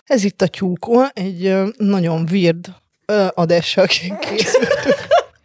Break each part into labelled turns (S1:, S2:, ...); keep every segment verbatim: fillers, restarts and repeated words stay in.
S1: Ez itt a Tyúkó, egy ö, nagyon weird ö, adással készültünk.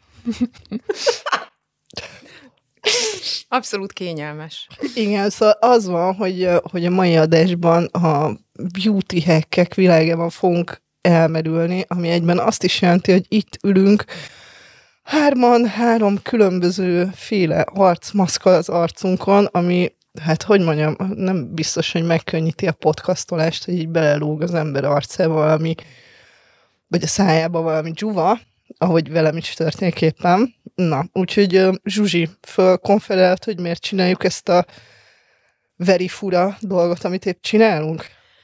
S2: Abszolút kényelmes.
S1: Igen, szóval az van, hogy, ö, hogy a mai adásban a beauty hackek világában fogunk elmerülni, ami egyben azt is jelenti, hogy itt ülünk hárman, három különböző féle arcmaszkkal az arcunkon, ami, hát hogy mondjam, nem biztos, hogy megkönnyíti a podcastolást, hogy így belelóg az ember arcába valami, vagy a szájába valami dzsuva, ahogy velem is történik éppen. Na, úgyhogy uh, Zsuzsi fölkonferált, hogy miért csináljuk ezt a veri fura dolgot, amit épp csinálunk.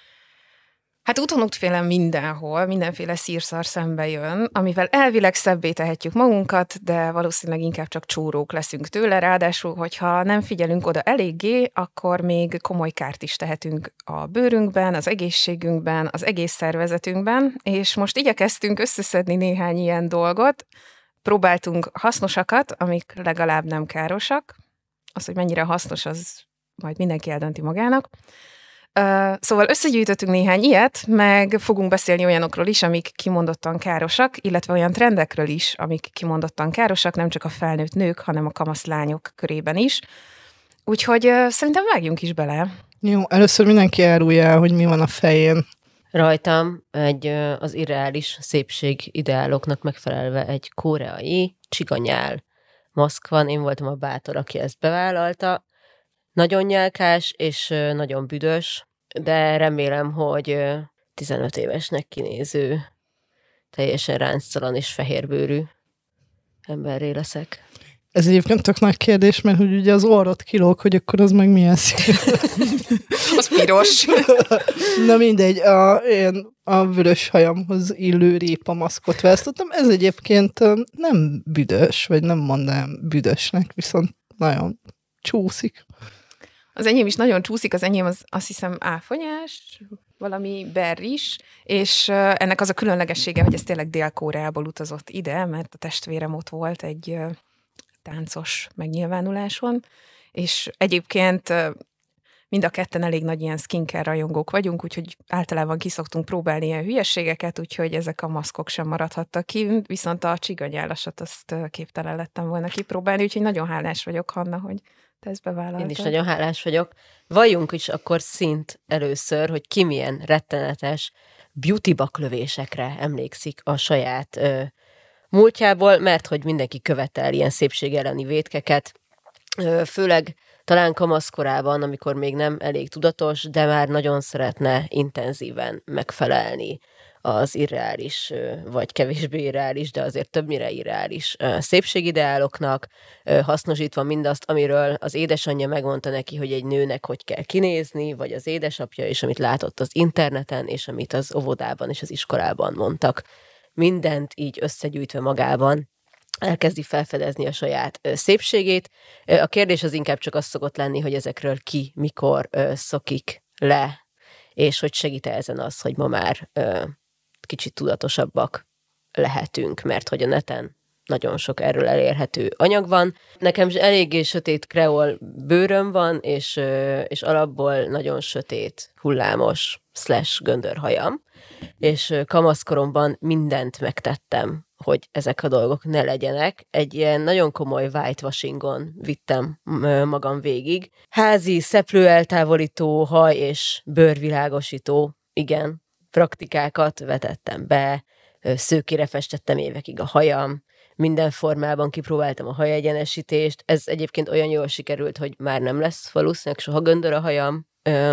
S2: Hát úton útféle mindenhol, mindenféle szírszar szembe jön, amivel elvileg szebbé tehetjük magunkat, de valószínűleg inkább csak csórók leszünk tőle, ráadásul, hogyha nem figyelünk oda eléggé, akkor még komoly kárt is tehetünk a bőrünkben, az egészségünkben, az egész szervezetünkben, és most igyekeztünk összeszedni néhány ilyen dolgot, próbáltunk hasznosakat, amik legalább nem károsak, az, hogy mennyire hasznos, az majd mindenki eldönti magának. Uh, szóval összegyűjtöttünk néhány ilyet, meg fogunk beszélni olyanokról is, amik kimondottan károsak, illetve olyan trendekről is, amik kimondottan károsak, nem csak a felnőtt nők, hanem a kamasz lányok körében is. Úgyhogy uh, szerintem vágjunk is bele.
S1: Jó, először mindenki árulja el, hogy mi van a fején.
S3: Rajtam egy az irreális szépség ideáloknak megfelelve egy koreai csiganyál maszk van. Én voltam a bátor, aki ezt bevállalta. Nagyon nyálkás és nagyon büdös, de remélem, hogy tizenöt évesnek kinéző, teljesen ránctalan és fehérbőrű emberré leszek.
S1: Ez egyébként tök nagy kérdés, mert hogy ugye az orrot kilóg, hogy akkor az meg milyen szín.
S2: Az piros.
S1: Na mindegy, a, én a vörös hajamhoz illő répamaszkot választottam. Ez egyébként nem büdös, vagy nem mondanám büdösnek, viszont nagyon csúszik.
S2: Az enyém is nagyon csúszik, az enyém az azt hiszem áfonyás, valami berris, és ennek az a különlegessége, hogy ez tényleg Dél-Koreából utazott ide, mert a testvérem ott volt egy táncos megnyilvánuláson, és egyébként mind a ketten elég nagy ilyen skincare rajongók vagyunk, úgyhogy általában kiszoktunk próbálni ilyen hülyességeket, úgyhogy ezek a maszkok sem maradhattak ki, viszont a csiganyálasat azt képtelen lettem volna kipróbálni, úgyhogy nagyon hálás vagyok, Hanna, hogy te ezt bevállaltad.
S3: Én is nagyon hálás vagyok. Valljunk is akkor szint először, hogy ki milyen rettenetes beauty baklövésekre emlékszik a saját ö, múltjából, mert hogy mindenki követel ilyen szépség elleni vétkeket, ö, főleg talán kamaszkorában, amikor még nem elég tudatos, de már nagyon szeretne intenzíven megfelelni az irreális, vagy kevésbé irreális, de azért többnyire irreális szépségideáloknak, hasznosítva mindazt, amiről az édesanyja megmondta neki, hogy egy nőnek hogy kell kinézni, vagy az édesapja, és amit látott az interneten, és amit az óvodában és az iskolában mondtak. Mindent így összegyűjtve magában elkezdi felfedezni a saját szépségét. A kérdés az inkább csak az szokott lenni, hogy ezekről ki, mikor szokik le, és hogy segít ezen az, hogy ma már kicsit tudatosabbak lehetünk, mert hogy a neten nagyon sok erről elérhető anyag van. Nekem is eléggé sötét kreol bőröm van, és, és alapból nagyon sötét, hullámos slash göndörhajam, és kamaszkoromban mindent megtettem, hogy ezek a dolgok ne legyenek. Egy ilyen nagyon komoly whitewashingon vittem magam végig. Házi, szeplő eltávolító, haj és bőrvilágosító, igen, praktikákat vetettem be, szőkére festettem évekig a hajam, minden formában kipróbáltam a hajegyenesítést. Ez egyébként olyan jól sikerült, hogy már nem lesz valószínűleg soha göndör a hajam,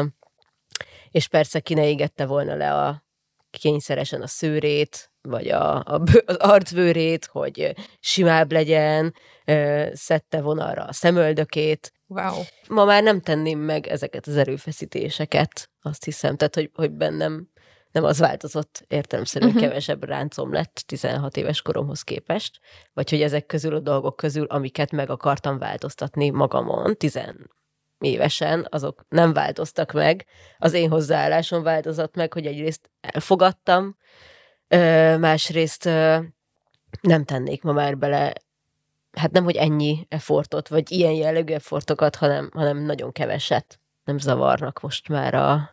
S3: és persze ki ne égette volna le a kényszeresen a szőrét, vagy a, a, az arcbőrét, hogy simább legyen, szedte vonalra a szemöldökét.
S2: Wow.
S3: Ma már nem tenném meg ezeket az erőfeszítéseket, azt hiszem, tehát, hogy, hogy bennem nem az változott, értelemszerűen uh-huh. kevesebb ráncom lett tizenhat éves koromhoz képest, vagy hogy ezek közül a dolgok közül, amiket meg akartam változtatni magamon, tizen évesen, azok nem változtak meg. Az én hozzáállásom változott meg, hogy egyrészt elfogadtam, másrészt nem tennék ma már bele, hát nem, hogy ennyi effortot, vagy ilyen jellegű effortokat, hanem, hanem nagyon keveset. Nem zavarnak most már a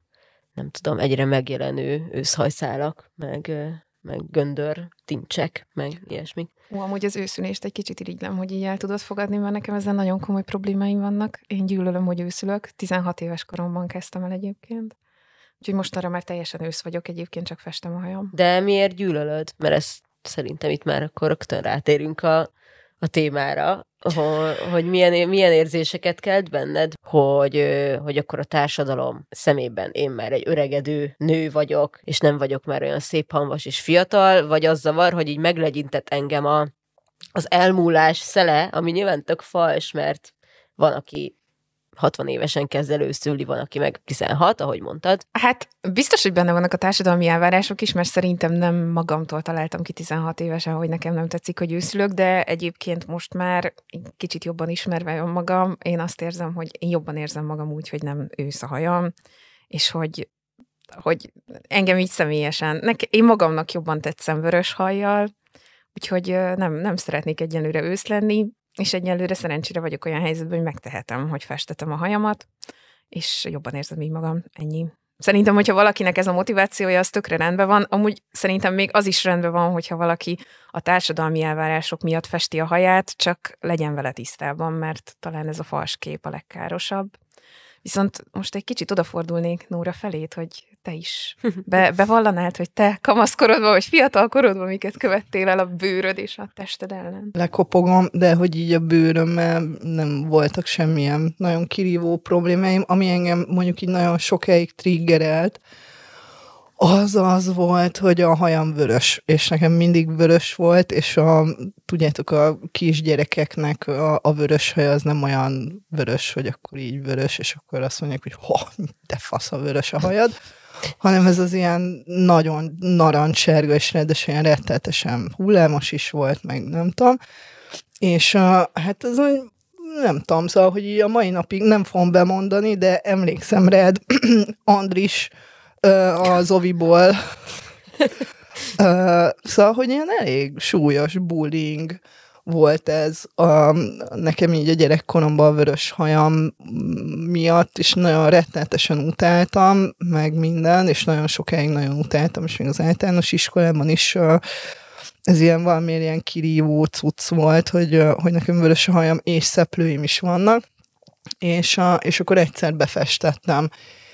S3: nem tudom, egyre megjelenő őszhajszálak, meg, meg göndör, tincsek, meg ilyesmi.
S2: Ó, amúgy az őszülést egy kicsit irigylem, hogy így el tudod fogadni, mert nekem ezzel nagyon komoly problémáim vannak. Én gyűlölöm, hogy őszülök. tizenhat éves koromban kezdtem el egyébként. Úgyhogy most arra már teljesen ősz vagyok, egyébként csak festem a hajam.
S3: De miért gyűlölöd? Mert ez szerintem itt már akkor rögtön rátérünk a, a témára, hogy, hogy milyen, milyen érzéseket kelt benned, hogy, hogy akkor a társadalom szemében én már egy öregedő nő vagyok, és nem vagyok már olyan szép hamvas és fiatal, vagy az zavar, hogy így meglegyintett engem a, az elmúlás szele, ami nyilván tök fals, mert van, aki hatvan évesen kezd előszülni, van, aki meg tizenhat, ahogy mondtad.
S2: Hát biztos, hogy benne vannak a társadalmi elvárások is, mert szerintem nem magamtól találtam ki tizenhat évesen, hogy nekem nem tetszik, hogy őszülök, de egyébként most már kicsit jobban ismerve magam, én azt érzem, hogy én jobban érzem magam úgy, hogy nem ősz a hajam, és hogy, hogy engem így személyesen, nek, én magamnak jobban tetszem vörös hajjal, úgyhogy nem, nem szeretnék egyenlőre ősz lenni, és egyelőre szerencsére vagyok olyan helyzetben, hogy megtehetem, hogy festetem a hajamat, és jobban érzem így magam, ennyi. Szerintem, hogyha valakinek ez a motivációja, az tökre rendben van. Amúgy szerintem még az is rendben van, hogyha valaki a társadalmi elvárások miatt festi a haját, csak legyen vele tisztában, mert talán ez a fals kép a legkárosabb. Viszont most egy kicsit odafordulnék Nóra felét, hogy te is be, bevallanád, hogy te kamaszkorodban, vagy fiatal korodban miket követtél el a bőröd és a tested ellen.
S1: Lekopogom, de hogy így a bőrömmel nem voltak semmilyen nagyon kirívó problémáim, ami engem mondjuk így nagyon sokáig triggerelt, az az volt, hogy a hajam vörös, és nekem mindig vörös volt, és a, tudjátok, a kisgyerekeknek a, a vörös haj az nem olyan vörös, hogy akkor így vörös, és akkor azt mondják, hogy ha, te fasz, a vörös a hajad, hanem ez az ilyen nagyon narancssárga, és ráadásul olyan rettenetesen hullámos is volt, meg nem tudom, és uh, hát ez nem tudom, szóval, hogy így a mai napig nem fogom bemondani, de emlékszem rád, Andris, az oviból. Szóval, hogy ilyen elég súlyos bullying volt ez a, nekem így a gyerekkoromban a vörös hajam miatt, és nagyon rettenetesen utáltam, meg minden, és nagyon sokáig nagyon utáltam, és még az általános iskolában is ez ilyen valamiért ilyen kirívó cucc volt, hogy, hogy nekem vörös a hajam, és szeplőim is vannak, és, és akkor egyszer befestettem.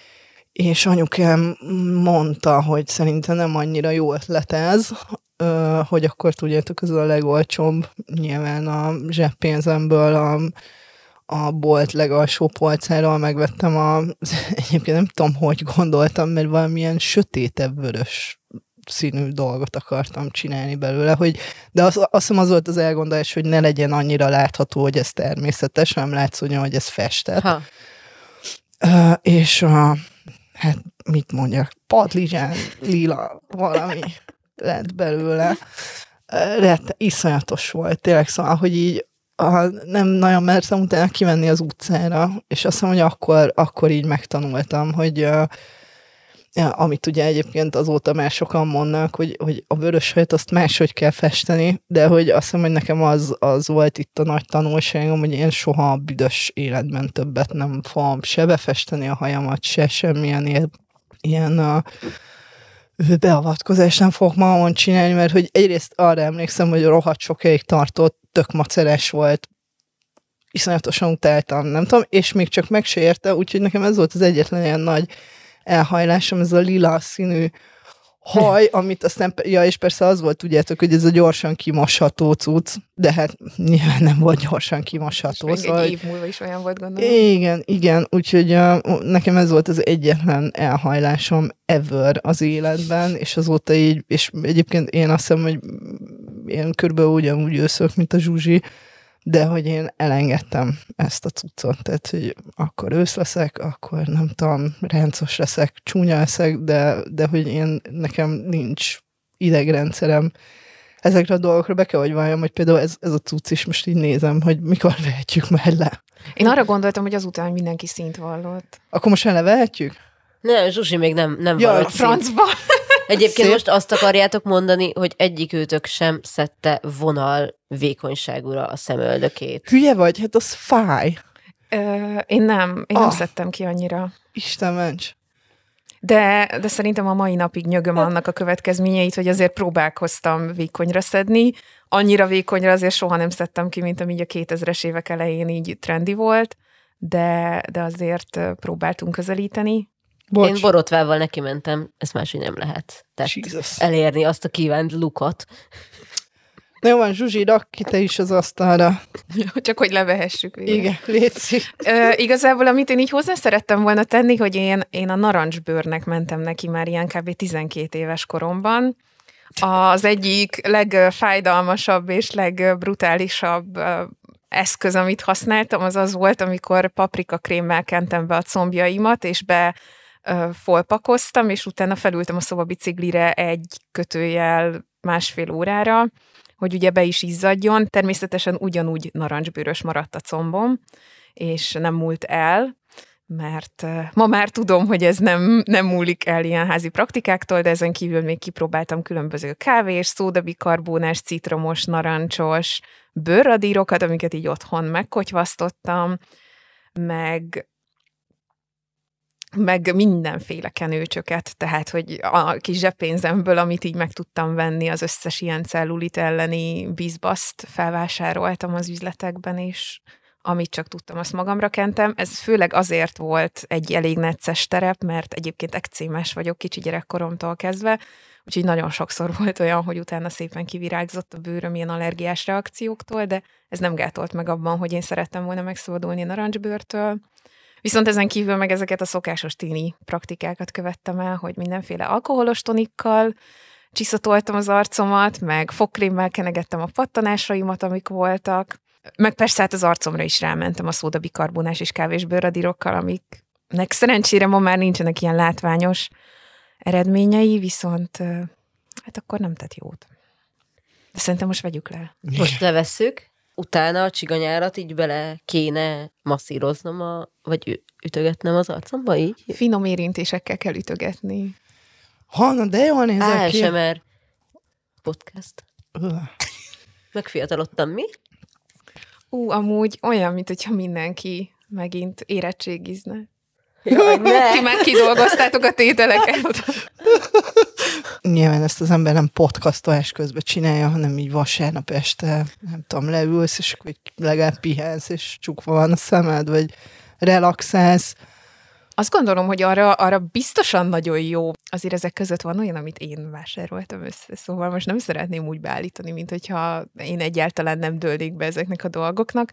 S1: És anyukám mondta, hogy szerintem nem annyira jó ötlet ez, hogy akkor tudjátok, ez a legolcsóbb, nyilván a zseppénzemből a, a bolt legalsó polcáról megvettem a, egyébként nem tudom, hogy gondoltam, mert valamilyen sötétebb vörös színű dolgot akartam csinálni belőle, hogy, de az, azt hiszem az volt az elgondolás, hogy ne legyen annyira látható, hogy ez természetes, nem látszódjon, hogy ez festett. Ha. Uh, és a hát mit mondjak, padlizsán, lila, valami lett belőle. Rett, iszonyatos volt, tényleg, szóval, hogy így a, nem nagyon mertem utána kimenni az utcára, és azt hiszem, hogy akkor, akkor így megtanultam, hogy uh, ja, amit ugye egyébként azóta már sokan mondnak, hogy, hogy a vörös hajat azt máshogy kell festeni, de hogy azt hiszem, hogy nekem az, az volt itt a nagy tanulságom, hogy én soha a büdös életben többet nem fogom se befesteni a hajamat, se semmilyen ilyen, ilyen a, beavatkozást nem fogok magamon csinálni, mert hogy egyrészt arra emlékszem, hogy rohadt sokáig tartott, tök maceres volt, iszonyatosan utáltam, nem tudom, és még csak meg se érte, úgyhogy nekem ez volt az egyetlen ilyen nagy elhajlásom, ez a lila színű haj, amit aztán, ja, és persze az volt, tudjátok, hogy ez a gyorsan kimosható cucc, de hát nyilván nem volt gyorsan kimosható.
S2: És
S1: szóval,
S2: egy év múlva is olyan volt, gondolom.
S1: Igen, igen, úgyhogy uh, nekem ez volt az egyetlen elhajlásom ever az életben, és azóta így, és egyébként én azt hiszem, hogy én körülbelül ugyanúgy őszök, mint a Zsuzsi, de hogy én elengedtem ezt a cuccot, tehát, hogy akkor ősz leszek, akkor nem tudom, ráncos leszek, csúnya leszek, de, de hogy én, nekem nincs idegrendszerem ezekre a dolgokra, be kell, hogy valljam, hogy például ez, ez a cucc is most így nézem, hogy mikor vehetjük már le.
S2: Én arra gondoltam, hogy azután mindenki szint vallott.
S1: Akkor most levehetjük?
S3: Nem, Zsuzsi még nem, nem
S2: ja,
S3: vallott
S2: a francba.
S3: Egyébként
S1: Szép.
S3: Most azt akarjátok mondani, hogy egyikőtök sem szedte vonal vékonyságúra a szemöldökét.
S1: Hülye vagy? Hát az fáj.
S2: Ö, én nem, én nem
S1: Ah.
S2: szedtem ki annyira.
S1: Isten ments.
S2: De, de szerintem a mai napig nyögöm annak a következményeit, hogy azért próbálkoztam vékonyra szedni. Annyira vékonyra azért soha nem szedtem ki, mint ami a kétezres évek elején így trendi volt, de, de azért próbáltunk közelíteni.
S3: Bocs. Én borotvával neki mentem, ez máshogy nem lehet. Tehát Jesus. Elérni azt a kívánt lukot.
S1: Na jó van, Zsuzsi, rak ki te is az asztalra.
S2: Csak hogy levehessük végre.
S1: Igen, létszik.
S2: Ö, igazából, amit én így hozzá szerettem volna tenni, hogy én, én a narancsbőrnek mentem neki már ilyen kb. tizenkét éves koromban. Az egyik legfájdalmasabb és legbrutálisabb eszköz, amit használtam, az az volt, amikor paprikakrémmel kentem be a combjaimat, és be folpakoztam, és utána felültem a szobabiciklire egy kötőjel másfél órára, hogy ugye be is izzadjon. Természetesen ugyanúgy narancsbőrös maradt a combom, és nem múlt el, mert ma már tudom, hogy ez nem, nem múlik el ilyen házi praktikáktól, de ezen kívül még kipróbáltam különböző kávés, szódabikarbónás, citromos, narancsos bőrradírokat, amiket így otthon megkotyvasztottam, meg meg mindenféle kenőcsöket, tehát, hogy a kis zseppénzemből, amit így meg tudtam venni, az összes ilyen cellulit elleni bizbaszt felvásároltam az üzletekben, és amit csak tudtam, azt magamra kentem. Ez főleg azért volt egy elég necces terep, mert egyébként ekcémás vagyok kicsi gyerekkoromtól kezdve, úgyhogy nagyon sokszor volt olyan, hogy utána szépen kivirágzott a bőröm ilyen allergiás reakcióktól, de ez nem gátolt meg abban, hogy én szerettem volna megszabadulni a narancsbőrtől. Viszont ezen kívül meg ezeket a szokásos tini praktikákat követtem el, hogy mindenféle alkoholos tonikkal csiszatoltam az arcomat, meg fogkrémmel kenegettem a pattanásaimat, amik voltak, meg persze hát az arcomra is rámentem a szódabikarbonás és kávés bőrradírokkal, amiknek szerencsére ma már nincsenek ilyen látványos eredményei, viszont hát akkor nem tett jót. De szerintem most vegyük le.
S3: Most levesszük. Utána a csiganyárat így bele kéne masszíroznom, a, vagy ütögetnem az arcomba, így?
S2: Finom érintésekkel kell ütögetni.
S1: Hanna, de jól nézel ki.
S3: á es em er podcast. Megfiatalodtam, mi?
S2: Ú, amúgy olyan, mint hogyha mindenki megint érettségizne.
S3: Jaj, ne!
S2: Ti már kidolgoztátok a tételeket.
S1: Nyilván ezt az ember nem podcastolás közben csinálja, hanem így vasárnap este, nem tudom, leülsz, és akkor legalább pihensz, és csukva van a szemed, vagy relaxálsz.
S2: Azt gondolom, hogy arra, arra biztosan nagyon jó. Azért ezek között van olyan, amit én vásároltam össze, szóval most nem szeretném úgy beállítani, mint hogyha én egyáltalán nem dőlnék be ezeknek a dolgoknak,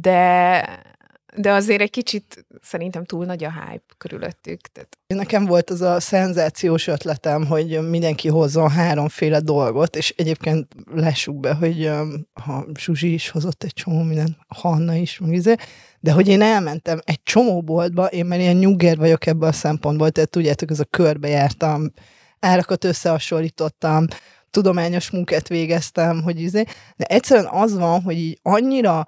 S2: de... de azért egy kicsit szerintem túl nagy a hype körülöttük. Tehát...
S1: Nekem volt az a szenzációs ötletem, hogy mindenki hozzon háromféle dolgot, és egyébként lássuk be, hogy um, ha Zsuzsi is hozott egy csomó mindent, Hanna is, meg izé, de hogy én elmentem egy csomó boltba, én már ilyen nyugger vagyok ebből a szempontból, tehát tudjátok, ez a körbe jártam, árakat összehasonlítottam, tudományos munkát végeztem, hogy izé, de egyszerűen az van, hogy így annyira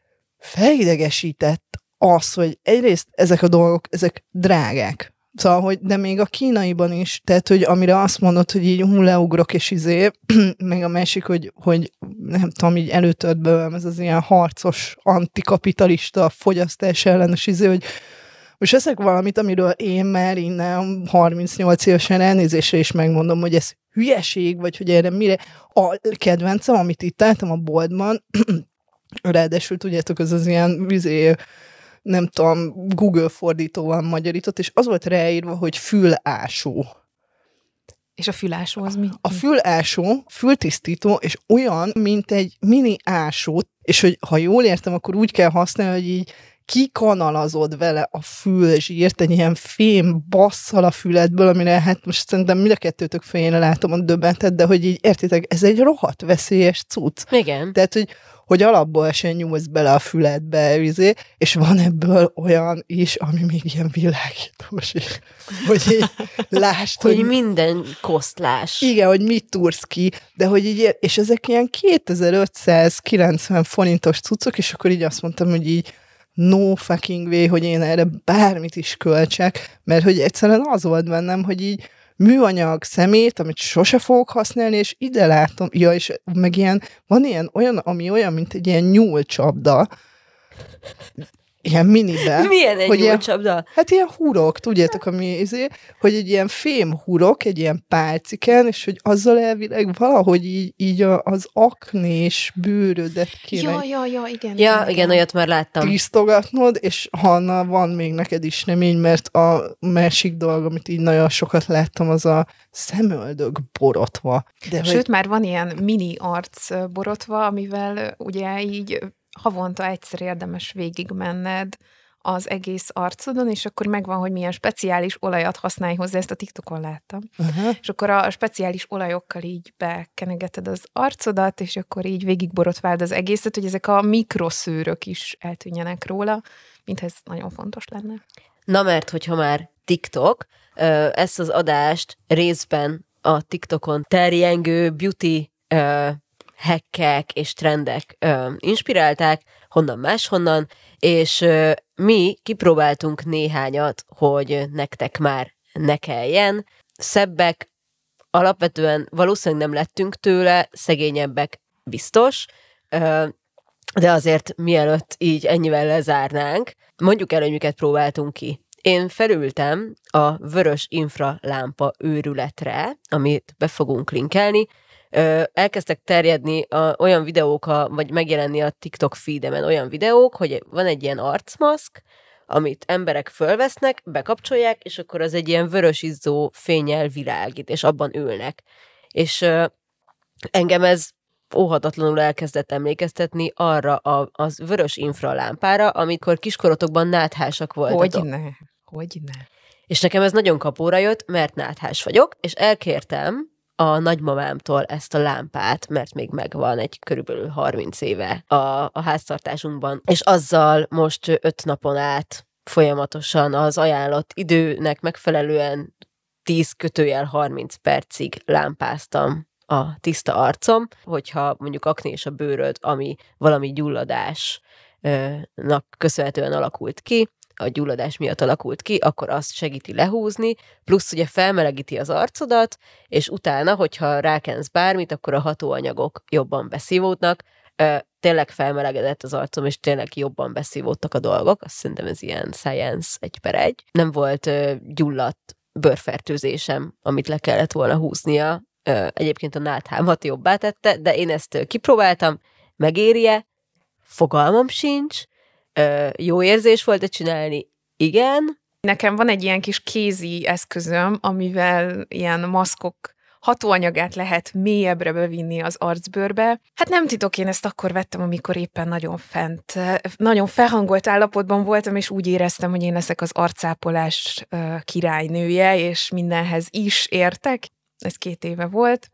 S1: felidegesített az, hogy egyrészt ezek a dolgok, ezek drágák. Szóval, hogy de még a kínaiban is, tehát, hogy amire azt mondod, hogy így hú, leugrok, és izé, meg a másik, hogy, hogy nem tudom, így előtört belőlem ez az ilyen harcos, antikapitalista, fogyasztás ellenes izé, hogy most ezek valamit, amiről én már innen harmincnyolc évesen elnézésre is megmondom, hogy ez hülyeség, vagy hogy erre mire. A kedvencem, amit itt álltam a boltban, ráadásul tudjátok, az az ilyen vizé, nem tudom, Google fordítóval magyarított, és az volt ráírva, hogy fülásó.
S2: És a fülásó az mi?
S1: A fülásó, fültisztító, és olyan, mint egy mini ásó, és hogy ha jól értem, akkor úgy kell használni, hogy így kikanalazod vele a fülzsírt, egy ilyen fém basszal a füledből, amire hát most szerintem mind a kettőtök fejére látom a döbbentet, de hogy így értitek, ez egy rohadt veszélyes cucc.
S3: Igen.
S1: Tehát, hogy hogy alapból sem nyúlsz bele a füledbe, izé, és van ebből olyan is, ami még ilyen világítós is, hogy így lásd,
S3: hogy, hogy minden kosztlás.
S1: Igen, hogy mit túrsz ki, de hogy így, és ezek ilyen kétezer-ötszázkilencven forintos cuccok, és akkor így azt mondtam, hogy így no fucking way, hogy én erre bármit is költsek, mert hogy egyszerűen az volt bennem, hogy így műanyag szemét, amit sose fogok használni, és ide látom, ja, és meg ilyen, van ilyen, olyan, ami olyan, mint egy ilyen nyúlcsapda, ilyen minibe.
S3: Milyen egy
S1: hogy ilyen,
S3: nyúlcsapda?
S1: Hát ilyen hurok, tudjátok, ami izé, hogy egy ilyen fém hurok, egy ilyen pálciken, és hogy azzal elvileg valahogy így, így a, az aknés bőrödet kéne
S2: Ja, ja, ja, igen.
S3: Ja,
S2: igen,
S3: igen, olyat már láttam.
S1: tisztogatnod, és Hanna, van még neked is nem így, mert a másik dolog, amit így nagyon sokat láttam, az a szemöldök borotva. De
S2: Sőt,
S1: hogy...
S2: már van ilyen mini arc borotva, amivel ugye így havonta egyszer érdemes végigmenned az egész arcodon, és akkor megvan, hogy milyen speciális olajat használj hozzá, ezt a TikTokon láttam. Uh-huh. És akkor a speciális olajokkal így bekenegeted az arcodat, és akkor így végigborotváld az egészet, hogy ezek a mikroszőrök is eltűnjenek róla, mintha ez nagyon fontos lenne.
S3: Na mert, hogyha már TikTok, ezt az adást részben a TikTokon terjengő beauty hackek és trendek inspirálták, honnan máshonnan, és mi kipróbáltunk néhányat, hogy nektek már ne kelljen. Szebbek, alapvetően valószínűleg nem lettünk tőle, szegényebbek biztos, de azért mielőtt így ennyivel lezárnánk, mondjuk el, hogy miket próbáltunk ki. Én felültem a vörös infralámpa őrületre, amit be fogunk linkelni. Elkezdtek terjedni a, olyan videók, a, vagy megjelenni a TikTok feedemen olyan videók, hogy van egy ilyen arcmaszk, amit emberek fölvesznek, bekapcsolják, és akkor az egy ilyen vörös izzó fénnyel világít, és abban ülnek. És uh, engem ez óhatatlanul elkezdett emlékeztetni arra a, az vörös infralámpára, amikor kiskorotokban náthásak voltatok.
S2: Hogyne, hogyne.
S3: És nekem ez nagyon kapóra jött, mert náthás vagyok, és elkértem a nagymamámtól ezt a lámpát, mert még megvan egy körülbelül harminc éve a, a háztartásunkban, és azzal most öt napon át folyamatosan az ajánlott időnek megfelelően tíz kötőjel harminc percig lámpáztam a tiszta arcom, hogyha mondjuk aknés a bőröd, ami valami gyulladásnak köszönhetően alakult ki, a gyulladás miatt alakult ki, akkor azt segíti lehúzni, plusz ugye felmelegíti az arcodat, és utána, hogyha rákensz bármit, akkor a hatóanyagok jobban beszívódnak. Tényleg felmelegedett az arcom, és tényleg jobban beszívódtak a dolgok. Azt szerintem ez ilyen science egy per egy. Nem volt gyulladt bőrfertőzésem, amit le kellett volna húznia. Egyébként a náthámat jobbá tette, de én ezt kipróbáltam, megéri-e? Fogalmam sincs. Jó érzés volt-e csinálni? Igen.
S2: Nekem van egy ilyen kis kézi eszközöm, amivel ilyen maszkok hatóanyagát lehet mélyebbre bevinni az arcbőrbe. Hát nem titok, én ezt akkor vettem, amikor éppen nagyon fent, nagyon felhangolt állapotban voltam, és úgy éreztem, hogy én leszek az arcápolás királynője, és mindenhez is értek. Ez két éve volt.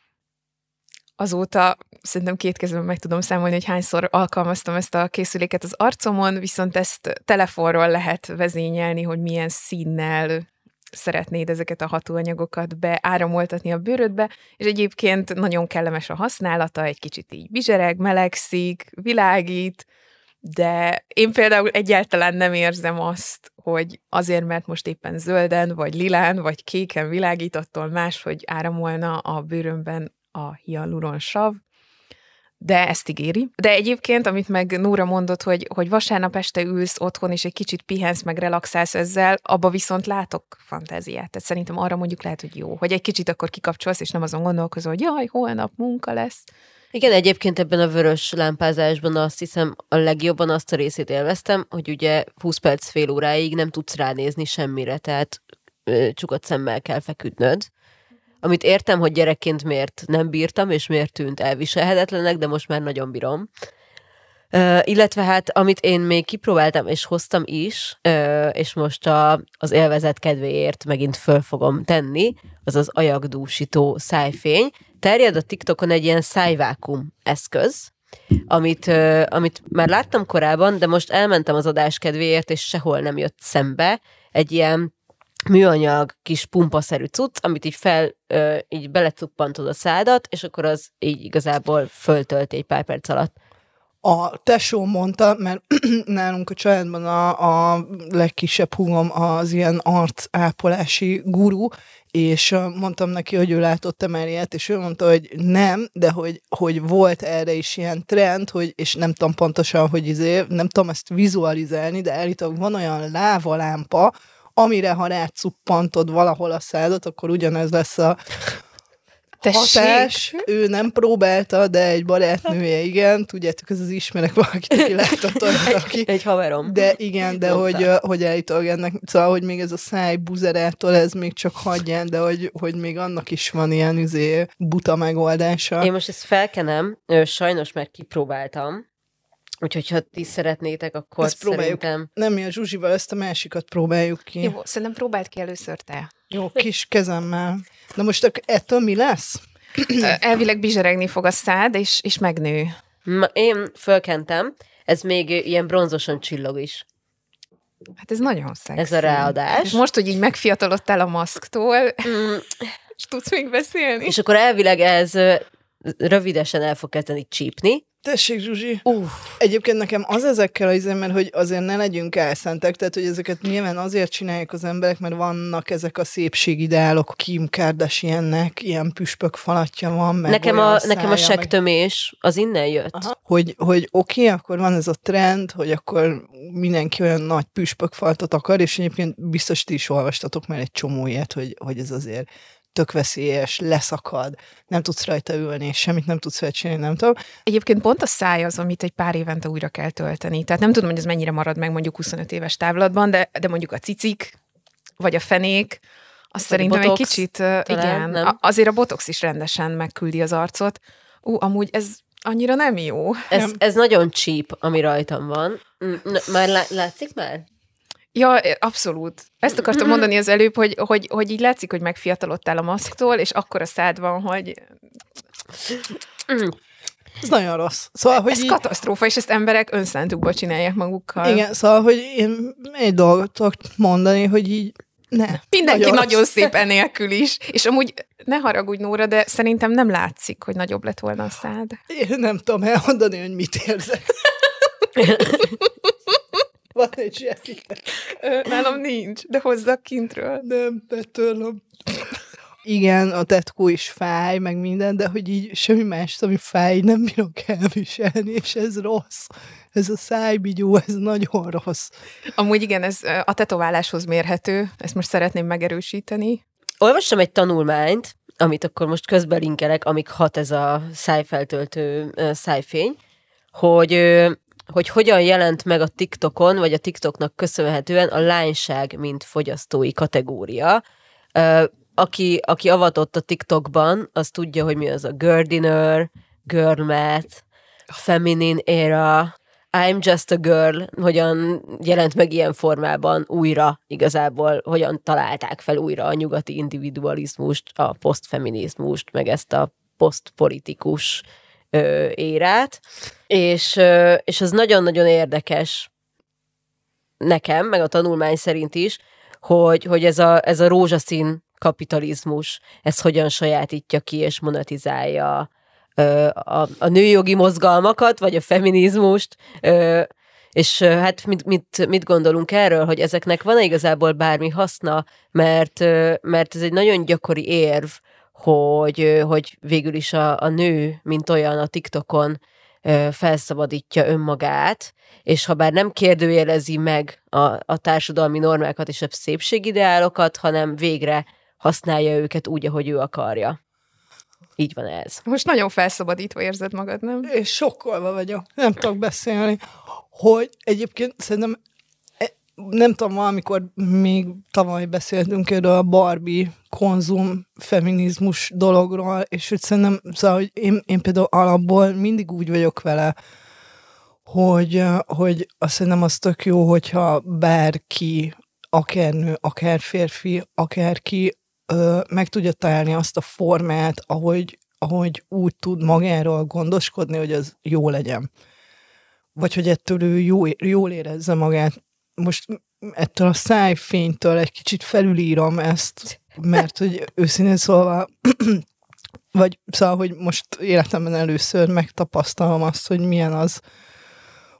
S2: Azóta szerintem két kezemben meg tudom számolni, hogy hányszor alkalmaztam ezt a készüléket az arcomon, viszont ezt telefonról lehet vezényelni, hogy milyen színnel szeretnéd ezeket a hatóanyagokat beáramoltatni a bőrödbe, és egyébként nagyon kellemes a használata, egy kicsit így bizsereg, melegszik, világít, de én például egyáltalán nem érzem azt, hogy azért, mert most éppen zölden, vagy lilán, vagy kéken világít, attól más, hogy áramolna a bőrömben a hialuronsav, de ezt ígéri. De egyébként, amit meg Nóra mondott, hogy, hogy vasárnap este ülsz otthon, és egy kicsit pihensz, meg relaxálsz ezzel, abba viszont látok fantáziát. Tehát szerintem arra mondjuk lehet, hogy jó, hogy egy kicsit akkor kikapcsolsz, és nem azon gondolkozol, hogy jaj, holnap munka lesz.
S3: Igen, egyébként ebben a vörös lámpázásban azt hiszem a legjobban azt a részét élveztem, hogy ugye húsz perc fél óráig nem tudsz ránézni semmire, tehát ö, csukott szemmel kell feküdnöd. Amit értem, hogy gyerekként miért nem bírtam, és miért tűnt elviselhetetlenek, de most már nagyon bírom. Uh, illetve hát, amit én még kipróbáltam, és hoztam is, uh, és most a, az élvezet kedvéért megint föl fogom tenni, az az ajagdúsító szájfény. Terjed a TikTokon egy ilyen szájvákum eszköz, amit, uh, amit már láttam korábban, de most elmentem az adás kedvéért, és sehol nem jött szembe. Egy ilyen műanyag kis pumpaszerű cucc, amit így fel, ö, így belecuppantod a szádat, és akkor az így igazából föltölt egy pár perc alatt.
S1: A tesó mondta, mert nálunk a családban a, a legkisebb húgom az ilyen arcápolási guru, és mondtam neki, hogy ő látott már ilyet, és ő mondta, hogy nem, de hogy, hogy volt erre is ilyen trend, hogy, és nem tudom pontosan, hogy izé, nem tudom ezt vizualizálni, de állítólag van olyan lávalámpa, amire ha rácuppantod valahol a szádat, akkor ugyanez lesz a hatás. Ő nem próbálta, de egy barátnője, igen. Tudjátok, ez az ismerek valakit, aki látott olyat, aki...
S3: Egy haverom.
S1: De igen, de hogy, hogy állítólag ennek, szóval, hogy még ez a száj buzerától, ez még csak hagyján, de hogy, hogy még annak is van ilyen izé, buta megoldása.
S3: Én most ezt felkenem, sajnos már kipróbáltam, úgyhogy ha ti szeretnétek, akkor ezt szerintem...
S1: Nem, mi a Zsuzsival ezt a másikat próbáljuk ki.
S2: Jó, szerintem próbáld ki először te.
S1: Jó, kis kezemmel. Na most ettől mi lesz?
S2: Elvileg bizseregni fog a szád, és, és megnő.
S3: Ma, én fölkentem, ez még ilyen bronzosan csillog is.
S2: Hát ez nagyon szexi.
S3: Ez a ráadás.
S2: És most, hogy így megfiatalodtál a maszktól, mm. és tudsz még beszélni.
S3: És akkor elvileg ez rövidesen el fog kezdeni csípni.
S1: Tessék, Zsuzsi. Uh. Egyébként nekem az ezekkel az mert hogy azért ne legyünk elszentek, tehát hogy ezeket nyilván azért csinálják az emberek, mert vannak ezek a szépségideálok, Kim Kardashiannek ilyen püspök falatja van, meg
S3: nekem a,
S1: szája,
S3: nekem a seggtömés meg... az innen jött.
S1: Aha. Hogy, hogy oké, okay, akkor van ez a trend, hogy akkor mindenki olyan nagy püspök faltot akar, és egyébként biztos ti is olvastatok már egy csomó ilyet, hogy, hogy ez azért tök veszélyes, leszakad, nem tudsz rajta ülni, semmit nem tudsz felcsinálni, nem tudom.
S2: Egyébként pont a száj az, amit egy pár évente újra kell tölteni. Tehát nem tudom, hogy ez mennyire marad meg mondjuk huszonöt éves távlatban, de, de mondjuk a cicik, vagy a fenék, az vagy szerintem botox, egy kicsit, talán, igen,
S3: nem?
S2: Azért a botox is rendesen megküldi az arcot. Ú, amúgy ez annyira nem jó.
S3: Ez,
S2: nem.
S3: ez nagyon cheap, ami rajtam van. Már lá- látszik már?
S2: Ja, abszolút. Ezt akartam mondani az előbb, hogy, hogy, hogy így látszik, hogy megfiatalodtál a maszktól, és akkor a szád van, hogy...
S1: Ez nagyon rossz. Szóval, hogy
S2: ez
S1: így...
S2: katasztrófa, és ezt emberek önszántukba csinálják magukkal.
S1: Igen, szóval, hogy én egy dolgot tudok mondani, hogy így ne.
S2: Mindenki nagyon, nagyon szép enélkül is. És amúgy ne haragudj, Nóra, de szerintem nem látszik, hogy nagyobb lett volna a szád.
S1: Én nem tudom elmondani, hogy mit érzek. Van egy zsebben.
S2: Nálam nincs, de hozzak kintről.
S1: Nem, betörlöm. Igen, a tetkó is fáj, meg minden, de hogy így semmi más, ami fáj, nem bírok elviselni, és ez rossz. Ez a szájbigyó, ez nagyon rossz.
S2: Amúgy igen, ez a tetováláshoz mérhető, ezt most szeretném megerősíteni.
S3: Olvastam egy tanulmányt, amit akkor most közbelinkelek, amíg hat ez a szájfeltöltő szájfény, hogy... hogy hogyan jelent meg a TikTokon, vagy a TikToknak köszönhetően a lányság, mint fogyasztói kategória. Aki, aki avatott a TikTokban, az tudja, hogy mi az a girl dinner, girl math, feminine era, I'm just a girl, hogyan jelent meg ilyen formában újra igazából, hogyan találták fel újra a nyugati individualizmust, a posztfeminizmust, meg ezt a posztpolitikus ö, érát, és, ö, és az nagyon-nagyon érdekes nekem, meg a tanulmány szerint is, hogy, hogy ez, a, ez a rózsaszín kapitalizmus, ez hogyan sajátítja ki és monetizálja ö, a, a nőjogi mozgalmakat, vagy a feminizmust, ö, és ö, hát mit, mit, mit gondolunk erről, hogy ezeknek van igazából bármi haszna, mert, ö, mert ez egy nagyon gyakori érv, hogy, hogy végül is a, a nő, mint olyan a TikTokon felszabadítja önmagát, és ha bár nem kérdőjelezi meg a, a társadalmi normákat és a szépségideálokat, hanem végre használja őket úgy, ahogy ő akarja. Így van ez.
S2: Most nagyon felszabadítva érzed magad, nem?
S1: És sokkolva vagyok. Nem tudok beszélni. Hogy egyébként szerintem nem tudom, valamikor még tavaly beszéltünk erről a Barbie konzum feminizmus dologról, és hogy szerintem, szóval, hogy én, én például alapból mindig úgy vagyok vele, hogy, hogy azt szerintem az tök jó, hogyha bárki, akár nő, akár férfi, akárki ö, meg tudja találni azt a formát, ahogy, ahogy úgy tud magáról gondoskodni, hogy az jó legyen. Vagy hogy ettől ő jó, jól érezze magát. Most ettől a szájfénytől egy kicsit felülírom ezt, mert hogy őszintén szólva, vagy szóval, hogy most életemben először megtapasztalom azt, hogy milyen az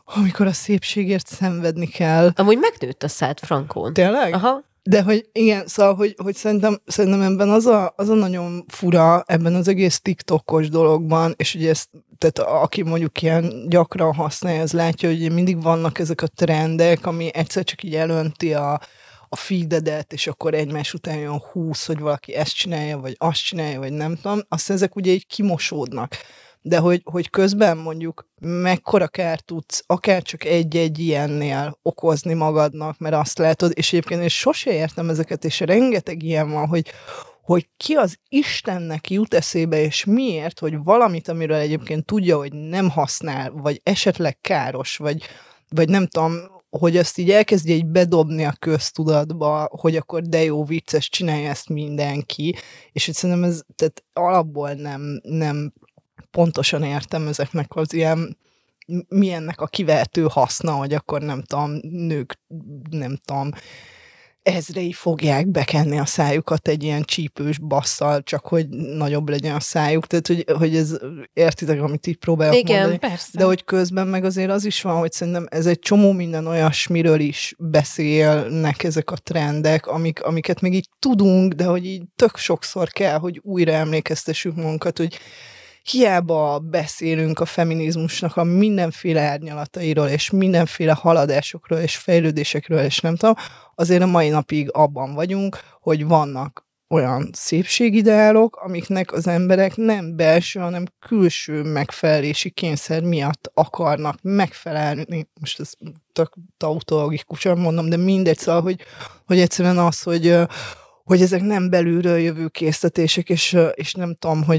S1: amikor a szépségért szenvedni kell.
S3: Amúgy megnőtt a szád frankón.
S1: Tényleg?
S3: Aha.
S1: De hogy igen, szóval, hogy, hogy szerintem, szerintem ebben az a, az a nagyon fura ebben az egész TikTokos dologban, és ugye ezt, tehát aki mondjuk ilyen gyakran használja, az látja, hogy mindig vannak ezek a trendek, ami egyszer csak így elönti a, a feededet, és akkor egymás után jön húsz, hogy valaki ezt csinálja, vagy azt csinálja, vagy nem tudom, aztán ezek ugye így kimosódnak. De hogy, hogy közben mondjuk mekkora kárt tudsz akár csak egy-egy ilyennél okozni magadnak, mert azt látod, és egyébként én sose értem ezeket, és rengeteg ilyen van, hogy, hogy ki az Istennek jut eszébe, és miért, hogy valamit, amiről egyébként tudja, hogy nem használ, vagy esetleg káros, vagy, vagy nem tudom, hogy ezt így elkezdje így bedobni a köztudatba, hogy akkor de jó vicces, csinálja ezt mindenki, és hogy szerintem ez tehát alapból nem, nem pontosan értem ezeknek az ilyen, mi ennek a kivehető haszna, hogy akkor nem tudom, nők, nem tudom, ezrei fogják bekenni a szájukat egy ilyen csípős basszal, csak hogy nagyobb legyen a szájuk, tehát hogy, hogy ez, értitek, amit így próbálok
S3: Igen,
S1: mondani.
S3: Persze.
S1: De hogy közben meg azért az is van, hogy szerintem ez egy csomó minden olyasmiről is beszélnek ezek a trendek, amik, amiket még így tudunk, de hogy így tök sokszor kell, hogy újra emlékeztessük magunkat, hogy hiába beszélünk a feminizmusnak a mindenféle árnyalatairól, és mindenféle haladásokról, és fejlődésekről, és nem tudom, azért a mai napig abban vagyunk, hogy vannak olyan szépségideálok, amiknek az emberek nem belső, hanem külső megfelelési kényszer miatt akarnak megfelelni. Most ez tök tautologikusan mondom, de mindegy, szóval, hogy, hogy egyszerűen az, hogy, hogy ezek nem belülről jövő késztetések, és, és nem tudom, hogy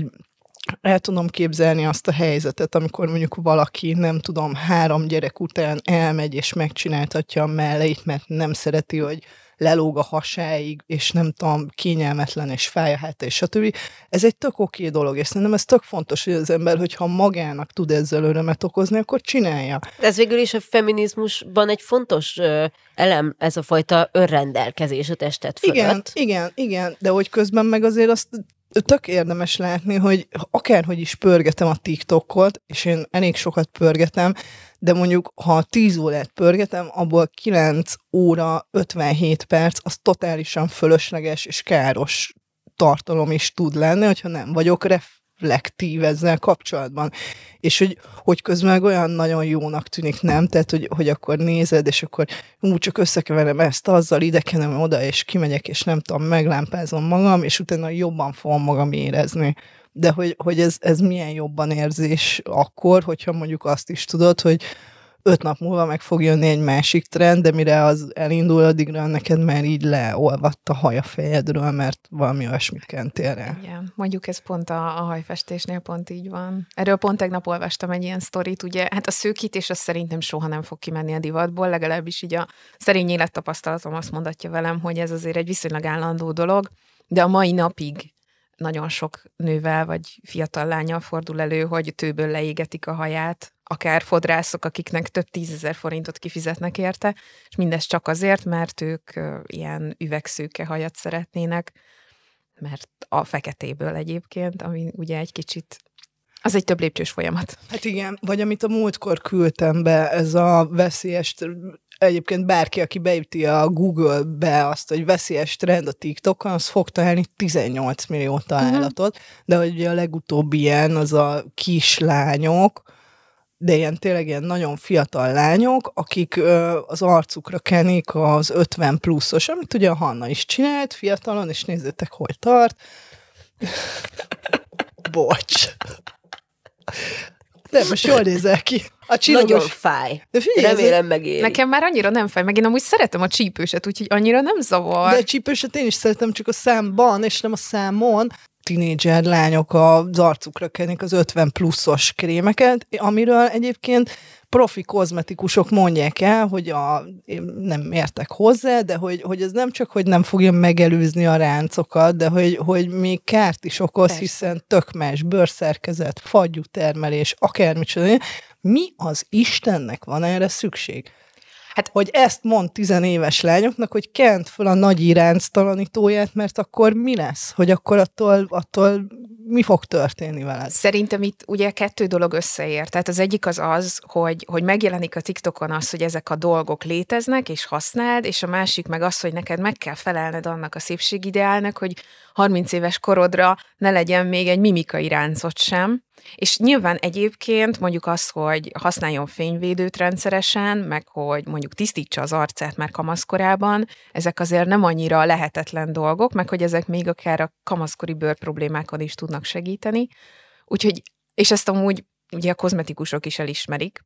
S1: el tudom képzelni azt a helyzetet, amikor mondjuk valaki, nem tudom, három gyerek után elmegy és megcsináltatja a melleit, mert nem szereti, hogy lelóg a hasáig, és nem tudom, kényelmetlen és fáj a háta, és stb. Ez egy tök oké dolog, és szerintem ez tök fontos, hogy az ember, hogyha magának tud ezzel örömet okozni, akkor csinálja.
S3: Ez végül is a feminizmusban egy fontos ö, elem, ez a fajta önrendelkezés a testet fölött.
S1: Igen, igen, igen, de hogy közben meg azért azt tök érdemes látni, hogy akárhogy is pörgetem a TikTokot, és én elég sokat pörgetem, de mondjuk, ha tíz órát pörgetem, abból kilenc óra ötvenhét perc, az totálisan fölösleges és káros tartalom is tud lenni, hogyha nem vagyok reflektív ezzel kapcsolatban. És hogy, hogy közben meg olyan nagyon jónak tűnik, nem? Tehát, hogy, hogy akkor nézed, és akkor úgy csak összekeverem ezt azzal, idekenem oda, és kimegyek, és nem tudom, meglámpázom magam, és utána jobban fogom magam érezni. De hogy, hogy ez, ez milyen jobban érzés akkor, hogyha mondjuk azt is tudod, hogy öt nap múlva meg fog jönni egy másik trend, de mire az elindul, addigra neked már így leolvadt a haj a fejedről, mert valami olyasmit kentél rá.
S2: Igen, mondjuk ez pont a, a hajfestésnél pont így van. Erről pont tegnap olvastam egy ilyen sztorit, ugye, hát a szőkítés az szerintem soha nem fog kimenni a divatból, legalábbis így a szerény élettapasztalatom azt mondatja velem, hogy ez azért egy viszonylag állandó dolog, de a mai napig nagyon sok nővel vagy fiatal lánnyal fordul elő, hogy tőből leégetik a haját, akár fodrászok, akiknek több tízezer forintot kifizetnek érte, és mindez csak azért, mert ők ilyen üvegszőke hajat szeretnének, mert a feketéből egyébként, ami ugye egy kicsit, az egy több lépcsős folyamat.
S1: Hát igen, vagy amit a múltkor küldtem be, ez a veszélyes, egyébként bárki, aki beüti a Google-be azt, hogy veszélyes trend a TikTokon, az fog találni tizennyolc millió találatot, uh-huh. de hogy a legutóbbi ilyen, az a kislányok, de ilyen tényleg ilyen nagyon fiatal lányok, akik ö, az arcukra kenik az ötven pluszos, amit ugye a Hanna is csinált fiatalon, és nézzétek, hol tart. Bocs. De most jól nézel ki. A csillogos...
S3: Nagyon fáj.
S1: De figyelj,
S3: remélem megéri.
S2: Nekem már annyira nem fáj, meg én amúgy szeretem a csípőset, úgyhogy annyira nem zavar.
S1: De a csípőset én is szeretem, csak a számban, és nem a számon. Tinédzser lányok az arcukra kenik az ötven pluszos krémeket, amiről egyébként profi kozmetikusok mondják el, hogy a, én nem értek hozzá, de hogy, hogy ez nem csak, hogy nem fogja megelőzni a ráncokat, de hogy, hogy még kárt is okoz, persze. Hiszen tök más bőrszerkezet, fagyú termelés, akármicsoda. Mi az Istennek van erre szükség? Hát, hogy ezt mond tizenéves lányoknak, hogy kent föl a nagy iránctalanítóját, mert akkor mi lesz? Hogy akkor attól, attól mi fog történni veled?
S2: Szerintem itt ugye kettő dolog összeér. Tehát az egyik az az, hogy, hogy megjelenik a TikTokon az, hogy ezek a dolgok léteznek, és használd, és a másik meg az, hogy neked meg kell felelned annak a szépségideálnak, hogy harminc éves korodra ne legyen még egy mimikai ráncot sem. És nyilván egyébként mondjuk az, hogy használjon fényvédőt rendszeresen, meg hogy mondjuk tisztítsa az arcát már kamaszkorában, ezek azért nem annyira lehetetlen dolgok, meg hogy ezek még akár a kamaszkori bőrproblémákon is tudnak segíteni. Úgyhogy, és ezt amúgy ugye a kozmetikusok is elismerik.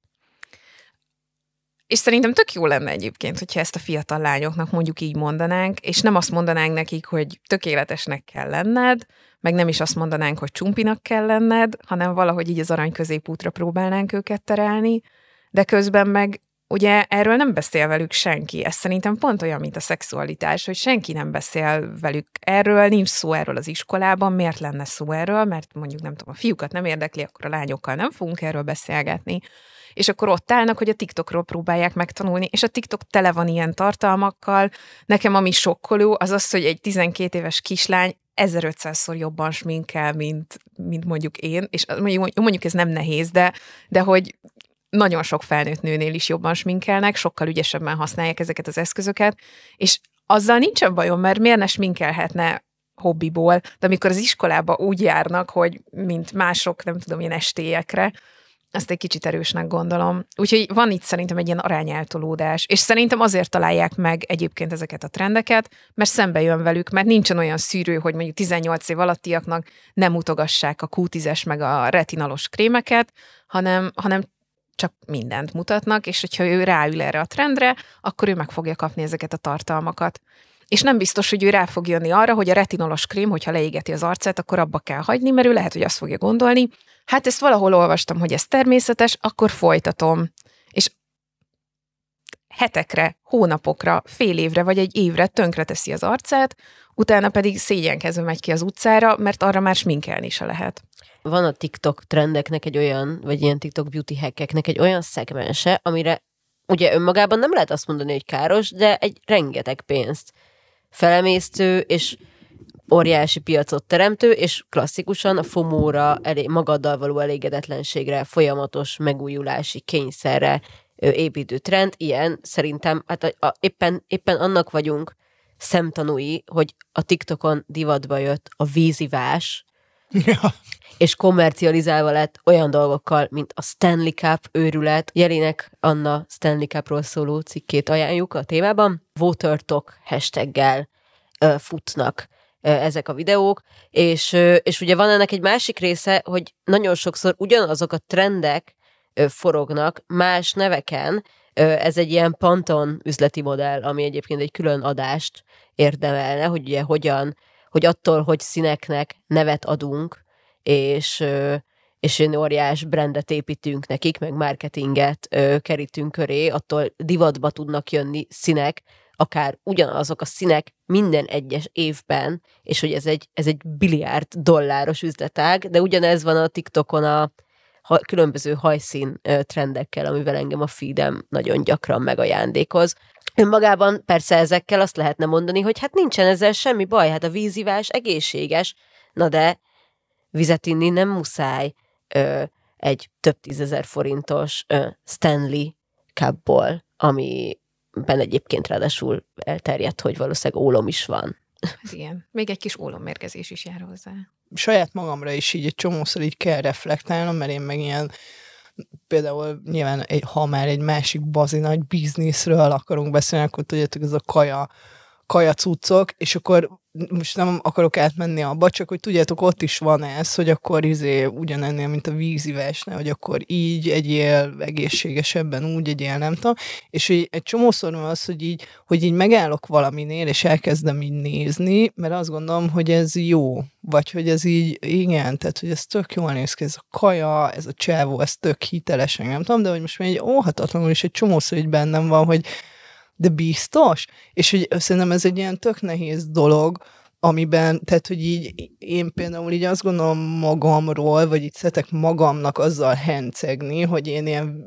S2: És szerintem tök jó lenne egyébként, hogyha ezt a fiatal lányoknak mondjuk így mondanánk, és nem azt mondanánk nekik, hogy tökéletesnek kell lenned, meg nem is azt mondanánk, hogy csumpinak kell lenned, hanem valahogy így az arany középútra próbálnánk őket terelni, de közben meg ugye erről nem beszél velük senki. Ez szerintem pont olyan, mint a szexualitás, hogy senki nem beszél velük erről, nincs szó erről az iskolában, miért lenne szó erről, mert mondjuk nem tudom, a fiúkat nem érdekli, akkor a lányokkal nem fogunk erről beszélgetni. És akkor ott állnak, hogy a TikTokról próbálják megtanulni, és a TikTok tele van ilyen tartalmakkal. Nekem ami sokkoló, az az, hogy egy tizenkét éves kislány ezerötszázszor jobban sminkel, mint, mint mondjuk én, és mondjuk, mondjuk ez nem nehéz, de, de hogy nagyon sok felnőtt nőnél is jobban sminkelnek, sokkal ügyesebben használják ezeket az eszközöket, és azzal nincsen bajom, mert miért ne sminkelhetne hobbiból, de amikor az iskolába úgy járnak, hogy mint mások, nem tudom, ilyen estélyekre, ezt egy kicsit erősnek gondolom. Úgyhogy van itt szerintem egy ilyen arányeltolódás, és szerintem azért találják meg egyébként ezeket a trendeket, mert szembe jön velük, mert nincsen olyan szűrő, hogy mondjuk tizennyolc év alattiaknak nem mutogassák a kú tízes meg a retinolos krémeket, hanem, hanem csak mindent mutatnak, és hogyha ő ráül erre a trendre, akkor ő meg fogja kapni ezeket a tartalmakat. És nem biztos, hogy ő rá fog jönni arra, hogy a retinolos krém, hogyha leégeti az arcát, akkor abba kell hagyni, mert ő lehet, hogy azt fogja gondolni, hát ezt valahol olvastam, hogy ez természetes, akkor folytatom. És hetekre, hónapokra, fél évre vagy egy évre tönkreteszi az arcát, utána pedig szégyenkezve megy ki az utcára, mert arra már sminkelni se lehet.
S3: Van a TikTok trendeknek egy olyan, vagy ilyen TikTok beauty hackeknek egy olyan szegmense, amire ugye önmagában nem lehet azt mondani, hogy káros, de egy rengeteg pénzt felemésztő, és óriási piacot teremtő, és klasszikusan a fomóra, elég, magaddal való elégedetlenségre, folyamatos megújulási kényszerre építő trend, ilyen szerintem, hát a, a, éppen, éppen annak vagyunk szemtanúi, hogy a TikTokon divatba jött a vízivás, ja. És kommercializálva lett olyan dolgokkal, mint a Stanley Cup őrület. Jelének Anna Stanley Cupról szóló cikkét ajánljuk a témában. Watertalk hashtaggel uh, futnak uh, ezek a videók, és, uh, és ugye van ennek egy másik része, hogy nagyon sokszor ugyanazok a trendek uh, forognak más neveken. Uh, ez egy ilyen Pantone üzleti modell, ami egyébként egy külön adást érdemelne, hogy ugye hogyan, hogy attól, hogy színeknek nevet adunk, és, és én óriás brandet építünk nekik, meg marketinget ö, kerítünk köré, attól divatba tudnak jönni színek, akár ugyanazok a színek minden egyes évben, és hogy ez egy, ez egy biliárd dolláros üzletág, de ugyanez van a TikTokon a ha, különböző hajszín ö, trendekkel, amivel engem a feedem nagyon gyakran megajándékoz. Önmagában persze ezekkel azt lehetne mondani, hogy hát nincsen ezzel semmi baj, hát a vízivás egészséges, na de vizet inni nem muszáj ö, egy több tízezer forintos ö, Stanley Cupból, amiben egyébként ráadásul elterjedt, hogy valószínűleg ólom is van.
S2: Hát igen, még egy kis ólommérgezés is jár hozzá.
S1: Saját magamra is így egy csomószor így kell reflektálnom, mert én meg ilyen például nyilván, egy, ha már egy másik bazi nagy bizniszről akarunk beszélni, akkor tudjátok, ez a kaja, kaja cuccok, és akkor most nem akarok átmenni abba, csak hogy tudjátok, ott is van ez, hogy akkor izé ugyanennél, mint a vízivásnál, hogy akkor így egyél egészségesebben, úgy egyél, nem tudom, és hogy egy csomószor van az, hogy így, hogy így megállok valaminél, és elkezdem így nézni, mert azt gondolom, hogy ez jó, vagy hogy ez így, igen, tehát, hogy ez tök jól néz ki, ez a kaja, ez a csávó, ez tök hitelesen, nem tudom, de hogy most már egy óhatatlanul is egy csomószor így bennem van, hogy de biztos? És hogy szerintem ez egy ilyen tök nehéz dolog, amiben, tehát, hogy így én például így azt gondolom magamról, vagy így szeretek magamnak azzal hencegni, hogy én ilyen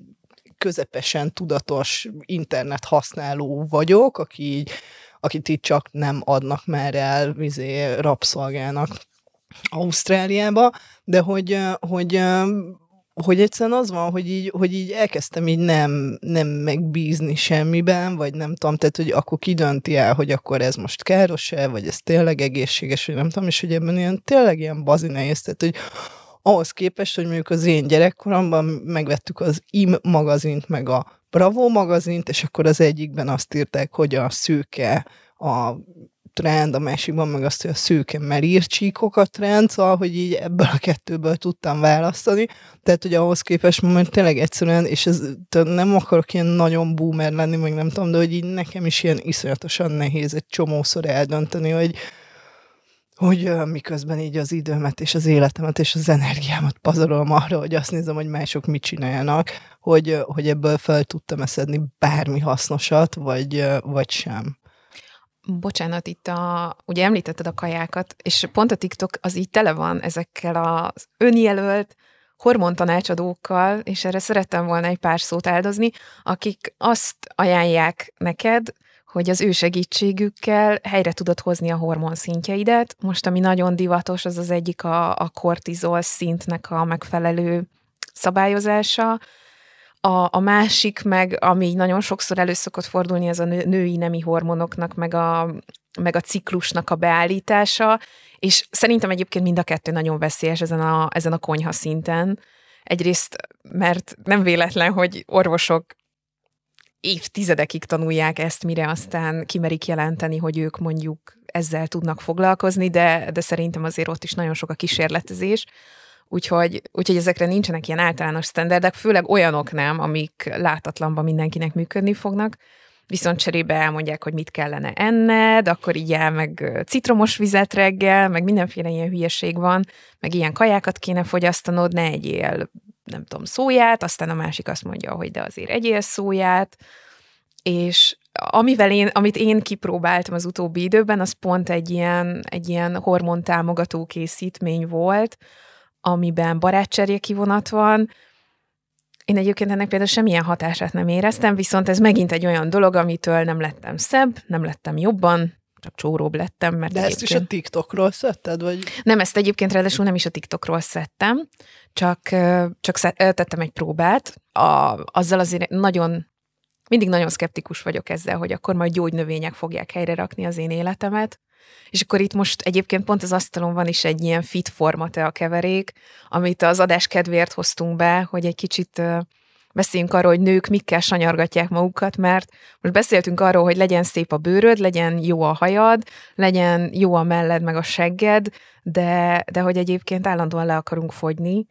S1: közepesen tudatos internet használó vagyok, aki így, akit így csak nem adnak már el izé, rabszolgának Ausztráliába, de hogy, hogy, hogy egyszerűen az van, hogy így, hogy így elkezdtem így nem, nem megbízni semmiben, vagy nem tudom, tehát, hogy akkor ki dönti el, hogy akkor ez most káros-e, vagy ez tényleg egészséges, vagy nem tudom, és hogy ebben ilyen tényleg ilyen bazi nehéz, tehát, hogy ahhoz képest, hogy mondjuk az én gyerekkoromban megvettük az I M magazint, meg a Bravo magazint, és akkor az egyikben azt írták, hogy a szőke a trend, a másikban meg azt, hogy a szőke melírcsíkok a trend, szóval, hogy így ebből a kettőből tudtam választani. Tehát, hogy ahhoz képest moment tényleg egyszerűen, és ez, nem akarok ilyen nagyon boomer lenni, meg nem tudom, de hogy így nekem is ilyen iszonyatosan nehéz egy csomószor eldönteni, hogy hogy uh, miközben így az időmet és az életemet és az energiámat pazarolom arra, hogy azt nézem, hogy mások mit csinálnak, hogy, uh, hogy ebből fel tudtam eszedni bármi hasznosat, vagy, uh, vagy sem.
S2: Bocsánat, itt a, ugye említetted a kajákat, és pont a TikTok az így tele van ezekkel az önjelölt hormontanácsadókkal, és erre szerettem volna egy pár szót áldozni, akik azt ajánlják neked, hogy az ő segítségükkel helyre tudod hozni a hormonszintjeidet. Most, ami nagyon divatos, az az egyik a, a kortizol szintnek a megfelelő szabályozása. A, a másik meg, ami nagyon sokszor elő szokott fordulni, az a nő, női nemi hormonoknak, meg a, meg a ciklusnak a beállítása, és szerintem egyébként mind a kettő nagyon veszélyes ezen a, ezen a konyha szinten. Egyrészt, mert nem véletlen, hogy orvosok évtizedekig tanulják ezt, mire aztán kimerik jelenteni, hogy ők mondjuk ezzel tudnak foglalkozni, de, de szerintem azért ott is nagyon sok a kísérletezés, úgyhogy, úgyhogy ezekre nincsenek ilyen általános sztenderdek, főleg olyanok nem, amik látatlanban mindenkinek működni fognak, viszont cserébe elmondják, hogy mit kellene enned, akkor így el meg citromos vizet reggel, meg mindenféle ilyen hülyeség van, meg ilyen kajákat kéne fogyasztanod, ne egyél, nem tudom, szóját, aztán a másik azt mondja, hogy de azért egyél szóját, és amivel én, amit én kipróbáltam az utóbbi időben, az pont egy ilyen, egy ilyen hormontámogató készítmény volt, amiben barátcserje kivonat van. Én egyébként ennek például semmilyen hatását nem éreztem, viszont ez megint egy olyan dolog, amitől nem lettem szebb, nem lettem jobban, csak csóróbb lettem. Mert
S1: de
S2: egyébként...
S1: ezt is a TikTokról szedted? Vagy?
S2: Nem, ezt egyébként ráadásul nem is a TikTokról szedtem, csak, csak tettem egy próbát. A, azzal azért nagyon, mindig nagyon szkeptikus vagyok ezzel, hogy akkor majd gyógynövények fogják helyre rakni az én életemet. És akkor itt most egyébként pont az asztalon van is egy ilyen fit formatea keverék, amit az adás kedvéért hoztunk be, hogy egy kicsit beszéljünk arról, hogy nők mikkel sanyargatják magukat, mert most beszéltünk arról, hogy legyen szép a bőröd, legyen jó a hajad, legyen jó a melled, meg a segged, de, de hogy egyébként állandóan le akarunk fogyni,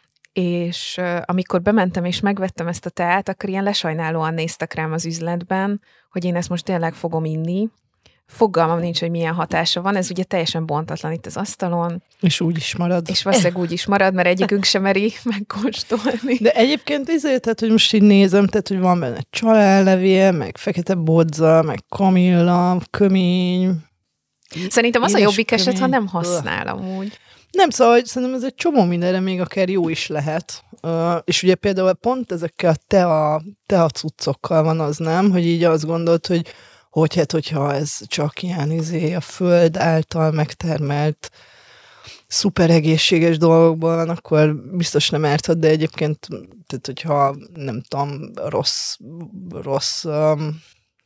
S2: és amikor bementem és megvettem ezt a teát, akkor ilyen lesajnálóan néztek rám az üzletben, hogy én ezt most tényleg fogom inni. Fogalmam nincs, hogy milyen hatása van, ez ugye teljesen bontatlan itt az asztalon.
S1: És úgy is marad.
S2: És valószínűleg úgy is marad, mert egyikünk sem meri megkóstolni.
S1: De egyébként izé, tehát, hogy most így nézem, tehát, hogy van benne csalállevél, meg fekete bodza, meg kamilla, kömény.
S2: Szerintem az a jobbik eset, ha nem használ amúgy.
S1: Nem, szóval hogy szerintem ez egy csomó mindenre még akár jó is lehet. Uh, és ugye például pont ezekkel a tea, tea cuccokkal van az, nem? Hogy így azt gondolt, hogy hogy hát, hogyha ez csak ilyen izé, a föld által megtermelt szuper egészséges dolgokból van, akkor biztos nem árthat, de egyébként, tehát hogyha nem tudom, rossz, rossz um,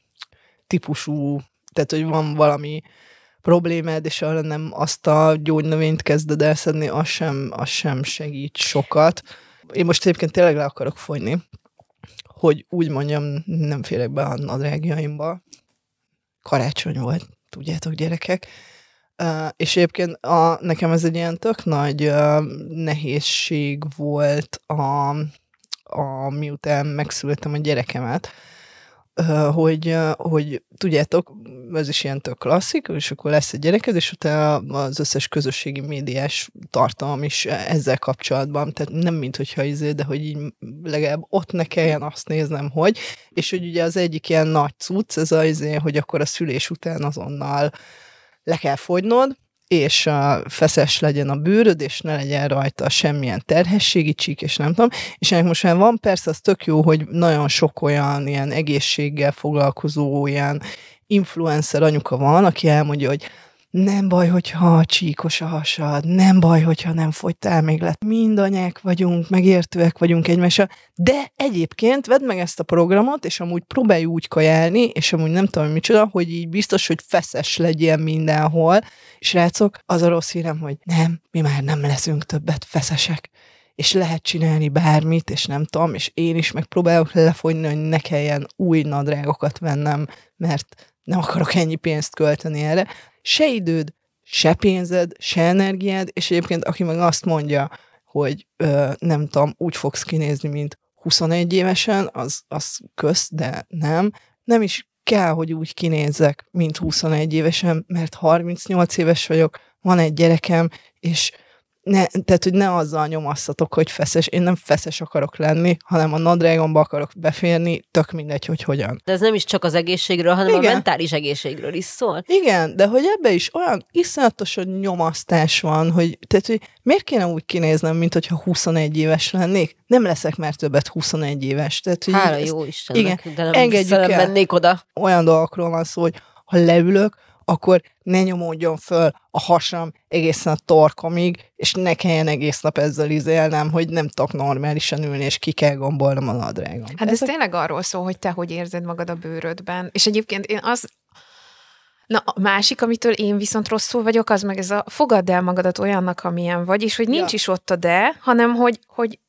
S1: típusú, tehát hogy van valami problémád, és arra nem azt a gyógynövényt kezded el szedni, az sem, az sem segít sokat. Én most egyébként tényleg le akarok fogyni, hogy úgy mondjam, nem félek be a nadrágjaimba. Karácsony volt, tudjátok, gyerekek. Uh, és egyébként a, nekem ez egy ilyen tök nagy uh, nehézség volt, a, a, miután megszültem a gyerekemet, uh, hogy, uh, hogy tudjátok, ez is ilyen tök klasszik, és akkor lesz egy gyereked, és utána az összes közösségi médiás tartalom is ezzel kapcsolatban, tehát nem mint hogyha izé, de hogy így legalább ott ne kelljen azt néznem, hogy, és hogy ugye az egyik ilyen nagy cucc, ez az izé, hogy akkor a szülés után azonnal le kell fogynod, és uh, feszes legyen a bőröd, és ne legyen rajta semmilyen terhességi csík, és nem tudom. És ennek most már van, persze az tök jó, hogy nagyon sok olyan ilyen egészséggel foglalkozó, ilyen influencer anyuka van, aki elmondja, hogy nem baj, hogyha csíkos a hasad, nem baj, hogyha nem fogytál még le. Mindanyák vagyunk, megértőek vagyunk egymással, de egyébként vedd meg ezt a programot, és amúgy próbálj úgy kajálni, és amúgy nem tudom, micsoda, hogy így biztos, hogy feszes legyen mindenhol. Srácok, az a rossz hírem, hogy nem, mi már nem leszünk többet feszesek. És lehet csinálni bármit, és nem tudom, és én is megpróbálok lefogyni, hogy ne kelljen új nadrágokat vennem, mert nem akarok ennyi pénzt költeni erre. Se időd, se pénzed, se energiád, és egyébként aki meg azt mondja, hogy ö, nem tudom, úgy fogsz kinézni, mint huszonegy évesen, az, az kösz, de nem. Nem is kell, hogy úgy kinézzek, mint huszonegy évesen, mert harmincnyolc éves vagyok, van egy gyerekem, és ne, tehát, hogy ne azzal nyomasszatok, hogy feszes. Én nem feszes akarok lenni, hanem a nadrágomba akarok beférni, tök mindegy, hogy hogyan.
S3: De ez nem is csak az egészségről, hanem
S1: Igen.
S3: a mentális egészségről is szól.
S1: Igen, de hogy ebbe is olyan iszonyatosan nyomasztás van, hogy, tehát, hogy miért kéne úgy kinéznem, mint hogyha huszonegy éves lennék? Nem leszek már többet huszonegy éves. Tehát, hogy
S3: Hála
S1: ezt,
S3: jó Istennek,
S1: igen,
S3: de nem
S1: engedjük
S3: nem
S1: el.
S3: mennék oda.
S1: Olyan dolgokról van szó, hogy ha leülök, akkor ne nyomódjon föl a hasam egészen a torkomig, és ne kelljen egész nap ezzel izélnem, hogy nem tudok normálisan ülni, és ki kell gombolnom a nadrágom.
S2: Hát ez Ezek... tényleg arról szól, hogy te hogy érzed magad a bőrödben. És egyébként én az... Na, a másik, amitől én viszont rosszul vagyok, az meg ez a fogadd el magadat olyannak, amilyen vagy, és hogy nincs ja. is ott a de, hanem hogy, hogy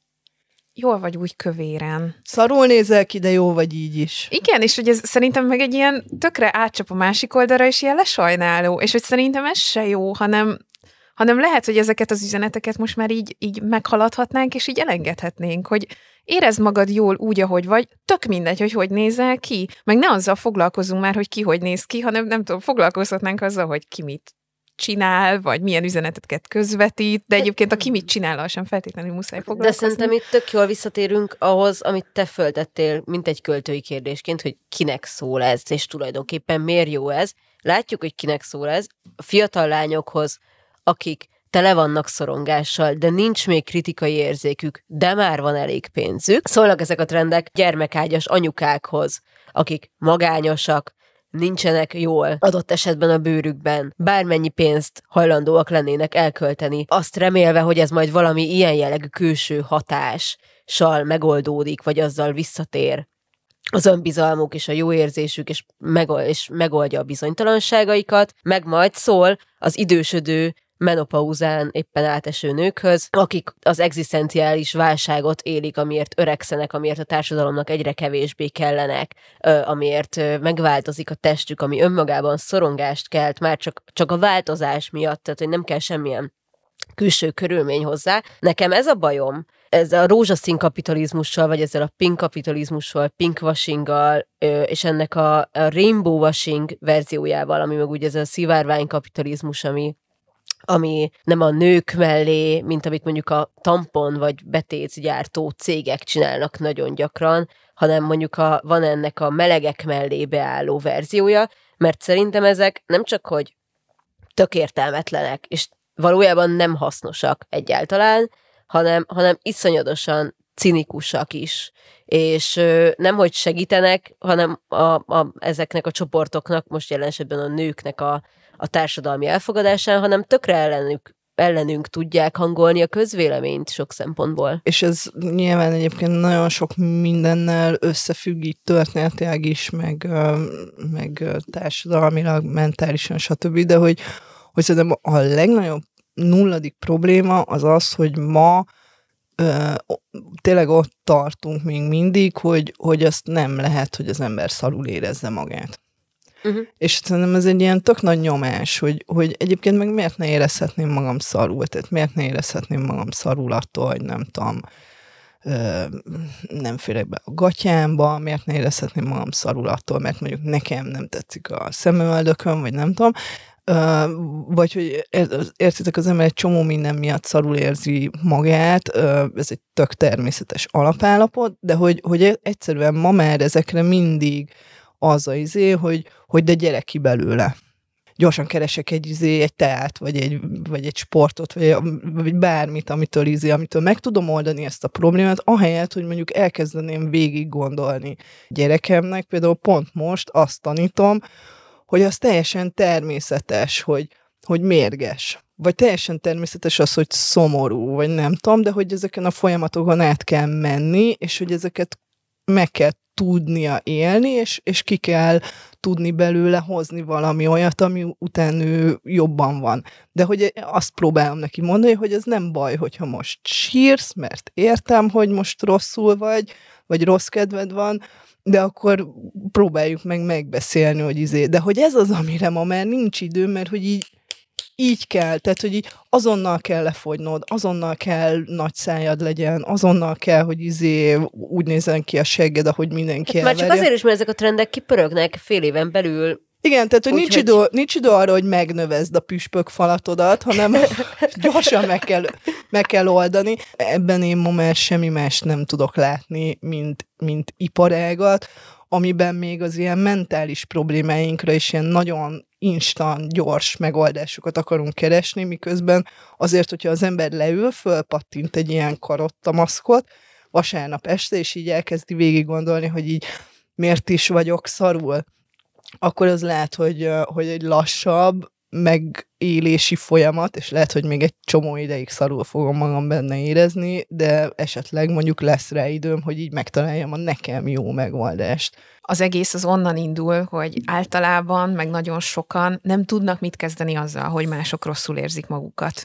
S2: jól vagy úgy kövéren.
S1: Szarul nézel ki, de jó vagy így is.
S2: Igen, és hogy ez szerintem meg egy ilyen tökre átcsap a másik oldalra, és ilyen lesajnáló, és hogy szerintem ez se jó, hanem, hanem lehet, hogy ezeket az üzeneteket most már így, így meghaladhatnánk, és így elengedhetnénk, hogy érezd magad jól úgy, ahogy vagy, tök mindegy, hogy hogy nézel ki, meg ne azzal foglalkozunk már, hogy ki hogy néz ki, hanem nem tudom, foglalkozhatnánk azzal, hogy ki mit csinál, vagy milyen üzeneteket közvetít, de egyébként aki mit csinál, sem feltétlenül muszáj foglalkozni.
S3: De szerintem itt tök jól visszatérünk ahhoz, amit te föltettél, mint egy költői kérdésként, hogy kinek szól ez, és tulajdonképpen miért jó ez. Látjuk, hogy kinek szól ez. A fiatal lányokhoz, akik tele vannak szorongással, de nincs még kritikai érzékük, de már van elég pénzük. Szólnak ezek a trendek gyermekágyas anyukákhoz, akik magányosak, nincsenek jól adott esetben a bőrükben, bármennyi pénzt hajlandóak lennének elkölteni, azt remélve, hogy ez majd valami ilyen jellegű külső hatással megoldódik, vagy azzal visszatér az önbizalmuk és a jó érzésük, és, megold, és megoldja a bizonytalanságaikat, meg majd szól az idősödő menopauzán éppen áteső nőkhöz, akik az egzisztenciális válságot élik, amiért öregszenek, amiért a társadalomnak egyre kevésbé kellenek, amiért megváltozik a testük, ami önmagában szorongást kelt, már csak, csak a változás miatt, tehát hogy nem kell semmilyen külső körülmény hozzá. Nekem ez a bajom, ez a rózsaszín kapitalizmussal, vagy ezzel a pink kapitalizmussal, pinkwashinggal, és ennek a, a rainbow washing verziójával, ami meg ugye ez a szivárvány kapitalizmus, ami ami nem a nők mellé, mint amit mondjuk a tampon vagy betétgyártó cégek csinálnak nagyon gyakran, hanem mondjuk a, van ennek a melegek mellé beálló verziója, mert szerintem ezek nem csak, hogy tök értelmetlenek, és valójában nem hasznosak egyáltalán, hanem, hanem iszonyatosan cinikusak is, és ö, nem hogy segítenek, hanem a, a, ezeknek a csoportoknak, most jelen esetben a nőknek a a társadalmi elfogadásán, hanem tökre ellenük, ellenünk tudják hangolni a közvéleményt sok szempontból.
S1: És ez nyilván egyébként nagyon sok mindennel összefügg így történetileg is, meg, meg társadalmilag, mentálisan, stb. De hogy, hogy szerintem a legnagyobb nulladik probléma az az, hogy ma ö, tényleg ott tartunk még mindig, hogy, hogy azt nem lehet, hogy az ember szarul érezze magát. Uh-huh. És szerintem ez egy ilyen tök nagy nyomás, hogy, hogy egyébként meg miért ne érezhetném magam szarul, tehát miért ne érezhetném magam szarul attól, hogy nem tudom, ö, nem férek be a gatyámba, miért ne érezhetném magam szarul attól, mert mondjuk nekem nem tetszik a szemöldököm, vagy nem tudom, ö, vagy hogy értitek, az ember egy csomó minden miatt szarul érzi magát, ö, ez egy tök természetes alapállapot, de hogy, hogy egyszerűen ma már ezekre mindig az a izé, hogy, hogy de gyere ki belőle. Gyorsan keresek egy izé, egy teát, vagy egy, vagy egy sportot, vagy, vagy bármit, amitől izé, amitől meg tudom oldani ezt a problémát, ahelyett, hogy mondjuk elkezdeném végig gondolni gyerekemnek. Például pont most azt tanítom, hogy az teljesen természetes, hogy, hogy mérges. Vagy teljesen természetes az, hogy szomorú, vagy nem tudom, de hogy ezeken a folyamatokon át kell menni, és hogy ezeket meg kell tudnia élni, és, és ki kell tudni belőle hozni valami olyat, ami után ő jobban van. De hogy azt próbálom neki mondani, hogy ez nem baj, hogyha most sírsz, mert értem, hogy most rosszul vagy, vagy rossz kedved van, de akkor próbáljuk meg megbeszélni, hogy izé. De hogy ez az, amire ma már nincs idő, mert hogy így így kell, tehát, hogy így azonnal kell lefogynod, azonnal kell nagy szájad legyen, azonnal kell, hogy izé úgy nézzen ki a segged, ahogy mindenki
S3: hát
S1: elverje.
S3: Már csak azért is, mert ezek a trendek kipörögnek fél éven belül.
S1: Igen, tehát, hogy
S3: úgy,
S1: nincs,
S3: hogy...
S1: idő, nincs idő arra, hogy megnövezd a püspök falatodat, hanem gyorsan meg kell, meg kell oldani. Ebben én ma már semmi más nem tudok látni, mint, mint iparágat, amiben még az ilyen mentális problémáinkra is ilyen nagyon instant, gyors megoldásokat akarunk keresni, miközben azért, hogyha az ember leül, fölpattint egy ilyen karottamaszkot vasárnap este, és így elkezdi végig gondolni, hogy így miért is vagyok szarul, akkor az lehet, hogy, hogy egy lassabb megélési folyamat, és lehet, hogy még egy csomó ideig szarul fogom magam benne érezni, de esetleg mondjuk lesz rá időm, hogy így megtaláljam a nekem jó megoldást.
S2: Az egész az onnan indul, hogy általában, meg nagyon sokan nem tudnak mit kezdeni azzal, hogy mások rosszul érzik magukat.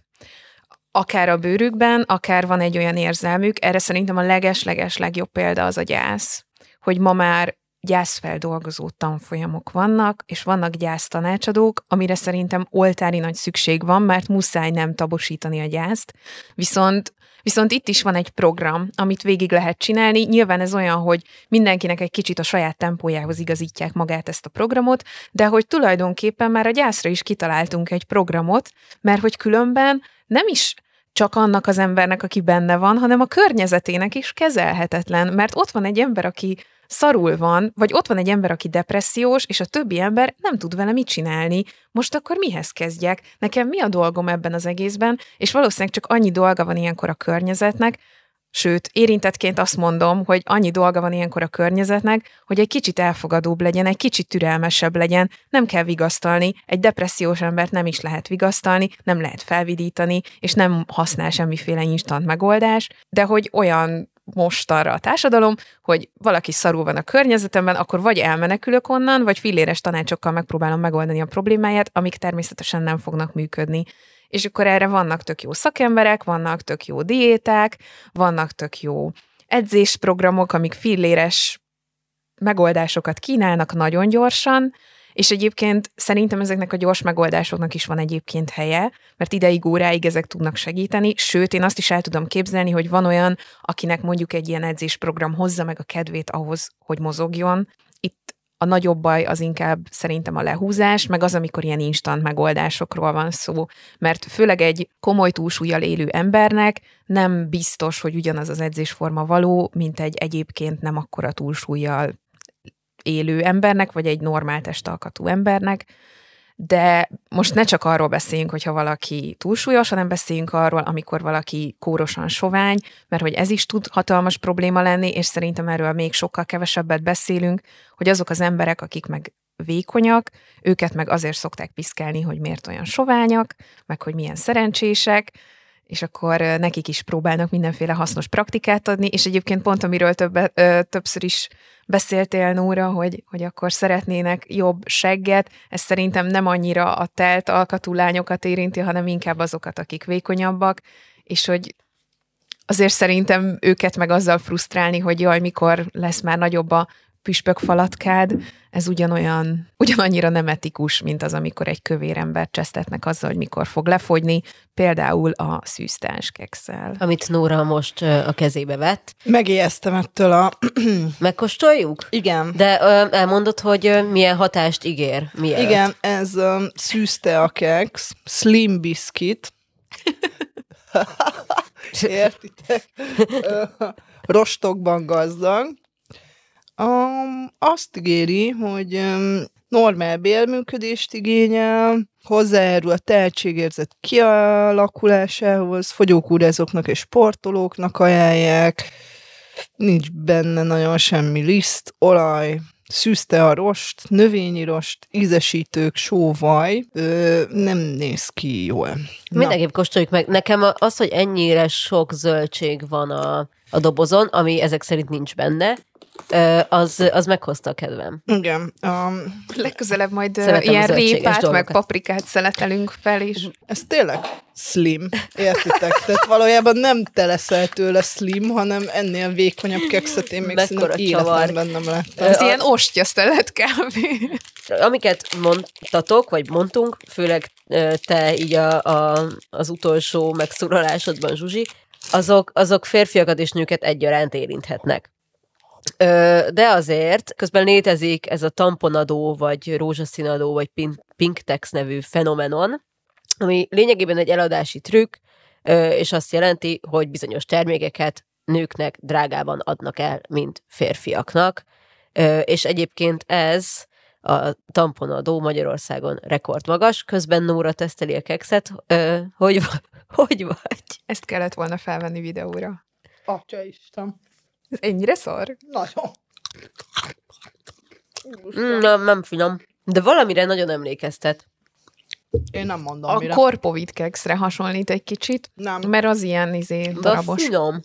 S2: Akár a bőrükben, akár van egy olyan érzelmük, erre szerintem a leges-leges legjobb példa az a gyász, hogy ma már gyászfeldolgozó tanfolyamok vannak, és vannak gyásztanácsadók, amire szerintem oltári nagy szükség van, mert muszáj nem tabosítani a gyászt. Viszont, viszont itt is van egy program, amit végig lehet csinálni. Nyilván ez olyan, hogy mindenkinek egy kicsit a saját tempójához igazítják magát ezt a programot, de hogy tulajdonképpen már a gyászra is kitaláltunk egy programot, mert hogy különben nem is csak annak az embernek, aki benne van, hanem a környezetének is kezelhetetlen, mert ott van egy ember, aki szarul van, vagy ott van egy ember, aki depressziós, és a többi ember nem tud vele mit csinálni. Most akkor mihez kezdjek? Nekem mi a dolgom ebben az egészben? És valószínűleg csak annyi dolga van ilyenkor a környezetnek, sőt, érintettként azt mondom, hogy annyi dolga van ilyenkor a környezetnek, hogy egy kicsit elfogadóbb legyen, egy kicsit türelmesebb legyen, nem kell vigasztalni, egy depressziós embert nem is lehet vigasztalni, nem lehet felvidítani, és nem használ semmiféle instant megoldás, de hogy olyan most arra a társadalom, hogy valaki szarul van a környezetemben, akkor vagy elmenekülök onnan, vagy filléres tanácsokkal megpróbálom megoldani a problémáját, amik természetesen nem fognak működni. És akkor erre vannak tök jó szakemberek, vannak tök jó diéták, vannak tök jó edzésprogramok, amik filléres megoldásokat kínálnak nagyon gyorsan, és egyébként szerintem ezeknek a gyors megoldásoknak is van egyébként helye, mert ideig, óráig ezek tudnak segíteni, sőt, én azt is el tudom képzelni, hogy van olyan, akinek mondjuk egy ilyen edzésprogram hozza meg a kedvét ahhoz, hogy mozogjon. Itt a nagyobb baj az inkább szerintem a lehúzás, meg az, amikor ilyen instant megoldásokról van szó, mert főleg egy komoly túlsúllyal élő embernek nem biztos, hogy ugyanaz az edzésforma való, mint egy egyébként nem akkora túlsúllyal élő embernek, vagy egy normál testalkatú embernek, de most ne csak arról beszéljünk, hogyha valaki túlsúlyos, hanem beszéljünk arról, amikor valaki kórosan sovány, mert hogy ez is tud hatalmas probléma lenni, és szerintem erről még sokkal kevesebbet beszélünk, hogy azok az emberek, akik meg vékonyak, őket meg azért szokták piszkálni, hogy miért olyan soványak, meg hogy milyen szerencsések, és akkor nekik is próbálnak mindenféle hasznos praktikát adni, és egyébként pont amiről többe, ö, többször is beszéltél, Nóra, hogy, hogy akkor szeretnének jobb segget, ez szerintem nem annyira a telt alkatú lányokat érinti, hanem inkább azokat, akik vékonyabbak, és hogy azért szerintem őket meg azzal frusztrálni, hogy jaj, mikor lesz már nagyobb a püspökfalatkád, ez ugyanolyan, ugyanannyira nem etikus, mint az, amikor egy kövér embert csesztetnek azzal, hogy mikor fog lefogyni, például a szűztáns kekszel.
S3: Amit Nóra most a kezébe vett.
S1: Megijesztem ettől a...
S3: Megkóstoljuk?
S1: Igen.
S3: De ö, elmondod, hogy milyen hatást ígér? Mielőtt.
S1: Igen, ez um, szűzte a keks, slim biscuit. Értitek? Rostokban gazdag. Um, azt ígéri, hogy um, normál bélműködést igényel, hozzájárul a tehetségérzet kialakulásához, fogyókúrázóknak és sportolóknak ajánlják, nincs benne nagyon semmi liszt, olaj, szűzte a rost, növényi rost, ízesítők, sóvaj, ö, nem néz ki jól. Na.
S3: Mindenképp kóstoljuk meg. Nekem az, hogy ennyire sok zöldség van a, a dobozon, ami ezek szerint nincs benne, az, az meghozta a kedvem.
S1: Igen. Um,
S2: Legközelebb majd
S3: Szeretem
S2: ilyen
S3: a zöldséges
S2: répát, meg
S3: dolgokat.
S2: paprikát szeletelünk fel is.
S1: ez tényleg slim, értitek? Tehát valójában nem te leszel tőle slim, hanem ennél vékonyabb kekszet én még
S3: Mekkora
S1: szerintem
S3: csavar.
S1: életemben nem láttam.
S2: Ez
S3: a-
S2: ilyen ostya szelet kb.
S3: Amiket mondtatok, vagy mondtunk, főleg ö, te így a, a, az utolsó megszólalásodban, Zsuzsi, azok, azok férfiakat és nőket egyaránt érinthetnek. Ö, de azért közben létezik ez a tamponadó, vagy rózsaszínadó, vagy pink, pink tax nevű fenomenon, ami lényegében egy eladási trükk, ö, és azt jelenti, hogy bizonyos termékeket nőknek drágában adnak el, mint férfiaknak, ö, és egyébként ez a tamponadó Magyarországon rekordmagas, közben Nóra teszteli a kekszet, ö, hogy, hogy vagy?
S2: Ezt kellett volna felvenni videóra.
S1: Atya Isten.
S2: Ez ennyire szar?
S1: Nagyon.
S3: Mm, nem, nem finom. De valamire nagyon emlékeztet.
S1: Én nem mondom,
S2: A
S1: mire.
S2: korpovit kekszre hasonlít egy kicsit,
S1: Nem.
S2: mert az ilyen izé,
S3: De
S2: darabos.
S3: finom.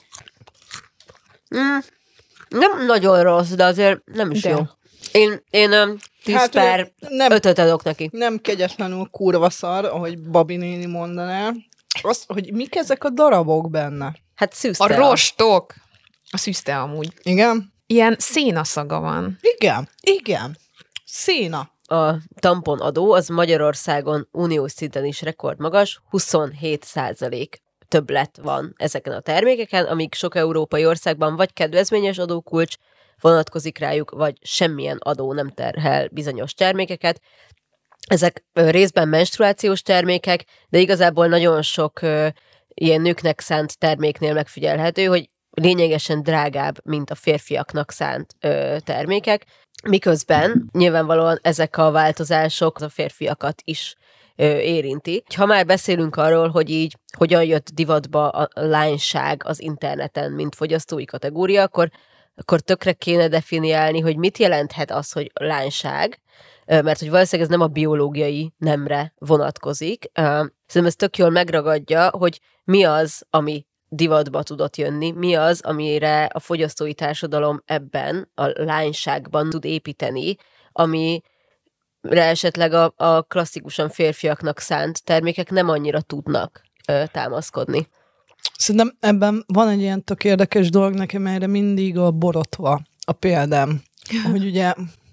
S3: Mm, nem nagyon rossz, de azért nem is
S2: De.
S3: jó. Én, én um, tíz
S1: Hát,
S3: per
S1: nem,
S3: ötöt adok neki.
S1: nem kegyetlenül kurva szar, ahogy Babi néni mondaná. Azt, hogy mik ezek a darabok benne.
S3: Hát szűzte.
S2: A rostok! A szűzte amúgy.
S1: Igen?
S2: Ilyen szénaszaga van.
S1: Igen, igen. Széna.
S3: A tamponadó az Magyarországon uniós szinten is rekordmagas, huszonhét százalék többlet van ezeken a termékeken, amíg sok európai országban vagy kedvezményes adókulcs vonatkozik rájuk, vagy semmilyen adó nem terhel bizonyos termékeket. Ezek ö, részben menstruációs termékek, de igazából nagyon sok ö, ilyen nőknek szánt terméknél megfigyelhető, hogy lényegesen drágább, mint a férfiaknak szánt ö, termékek, miközben nyilvánvalóan ezek a változások a férfiakat is ö, érinti. Ha már beszélünk arról, hogy így hogyan jött divatba a lányság az interneten, mint fogyasztói kategória, akkor, akkor tökre kéne definiálni, hogy mit jelenthet az, hogy lányság, ö, mert hogy valószínűleg ez nem a biológiai nemre vonatkozik. Ö, Szerintem ez tök jól megragadja, hogy mi az, ami divatba tudott jönni, mi az, amire a fogyasztói társadalom ebben, a lányságban tud építeni, amire esetleg a, a klasszikusan férfiaknak szánt termékek nem annyira tudnak ö, támaszkodni.
S1: Szerintem ebben van egy ilyen tök érdekes dolog nekem, erre mindig a borotva a példám. Hogy ugye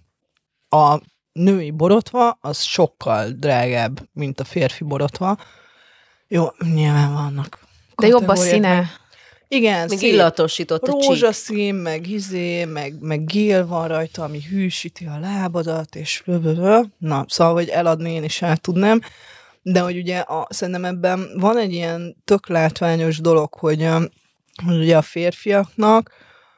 S1: a női borotva az sokkal drágább, mint a férfi borotva. Jó, nyilván vannak
S2: De jobb a
S1: kategóriák,
S2: színe.
S1: meg- Igen,
S3: Még
S1: szép.
S3: illatosított a csík.
S1: Rózsaszín, meg izé, meg, meg gél van rajta, ami hűsíti a lábadat, és blablabla. Na, szóval, hogy eladni én is el tudnám. De hogy ugye a, szerintem ebben van egy ilyen tök látványos dolog, hogy, ö, hogy ugye a férfiaknak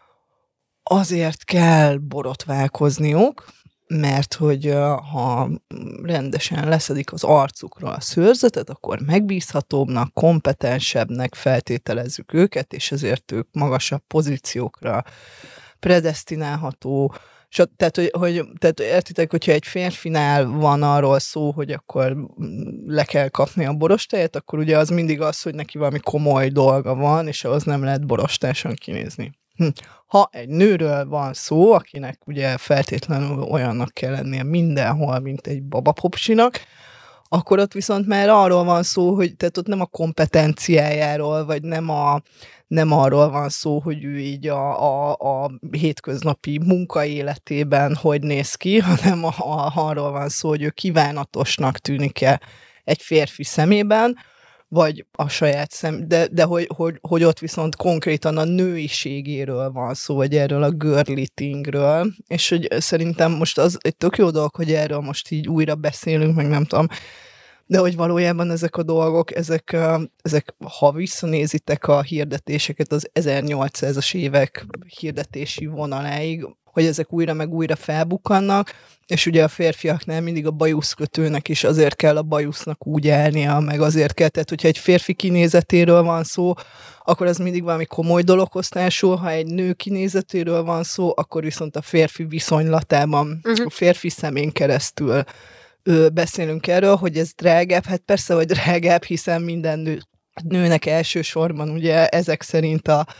S1: azért kell borotválkozniuk, mert hogy ö, ha rendesen leszedik az arcukról a szőrzetet, akkor megbízhatóbbnak, kompetensebbnek feltételezzük őket, és ezért ők magasabb pozíciókra predesztinálható. És ott, tehát, hogy, hogy, tehát értitek, hogyha egy férfinál van arról szó, hogy akkor le kell kapni a borostáját, akkor ugye az mindig az, hogy neki valami komoly dolga van, és ahhoz nem lehet borostásan kinézni. Hm. Ha egy nőről van szó, akinek ugye feltétlenül olyannak kell lennie mindenhol, mint egy babapopsinak, akkor ott viszont már arról van szó, hogy tehát ott nem a kompetenciájáról, vagy nem, a, nem arról van szó, hogy ő így a, a, a hétköznapi munkaéletében hogy néz ki, hanem a, a, arról van szó, hogy ő kívánatosnak tűnik-e egy férfi szemében, vagy a saját szem, de, de hogy, hogy, hogy ott viszont konkrétan a nőiségéről van szó, vagy erről a girly thingről, és hogy szerintem most az egy tök jó dolog, hogy erről most így újra beszélünk, meg nem tudom, de hogy valójában ezek a dolgok, ezek, ezek ha visszanézitek a hirdetéseket az ezernyolcszázas évek hirdetési vonaláig, hogy ezek újra meg újra felbukkannak, és ugye a férfiaknál mindig a bajuszkötőnek is azért kell a bajusznak úgy állnia, meg azért kell, tehát hogyha egy férfi kinézetéről van szó, akkor az mindig valami komoly dologhoz társul, ha egy nő kinézetéről van szó, akkor viszont a férfi viszonylatában, uh-huh. a férfi szemén keresztül ö, beszélünk erről, hogy ez drágább, hát persze, hogy drágább, hiszen minden nő, nőnek elsősorban ugye ezek szerint a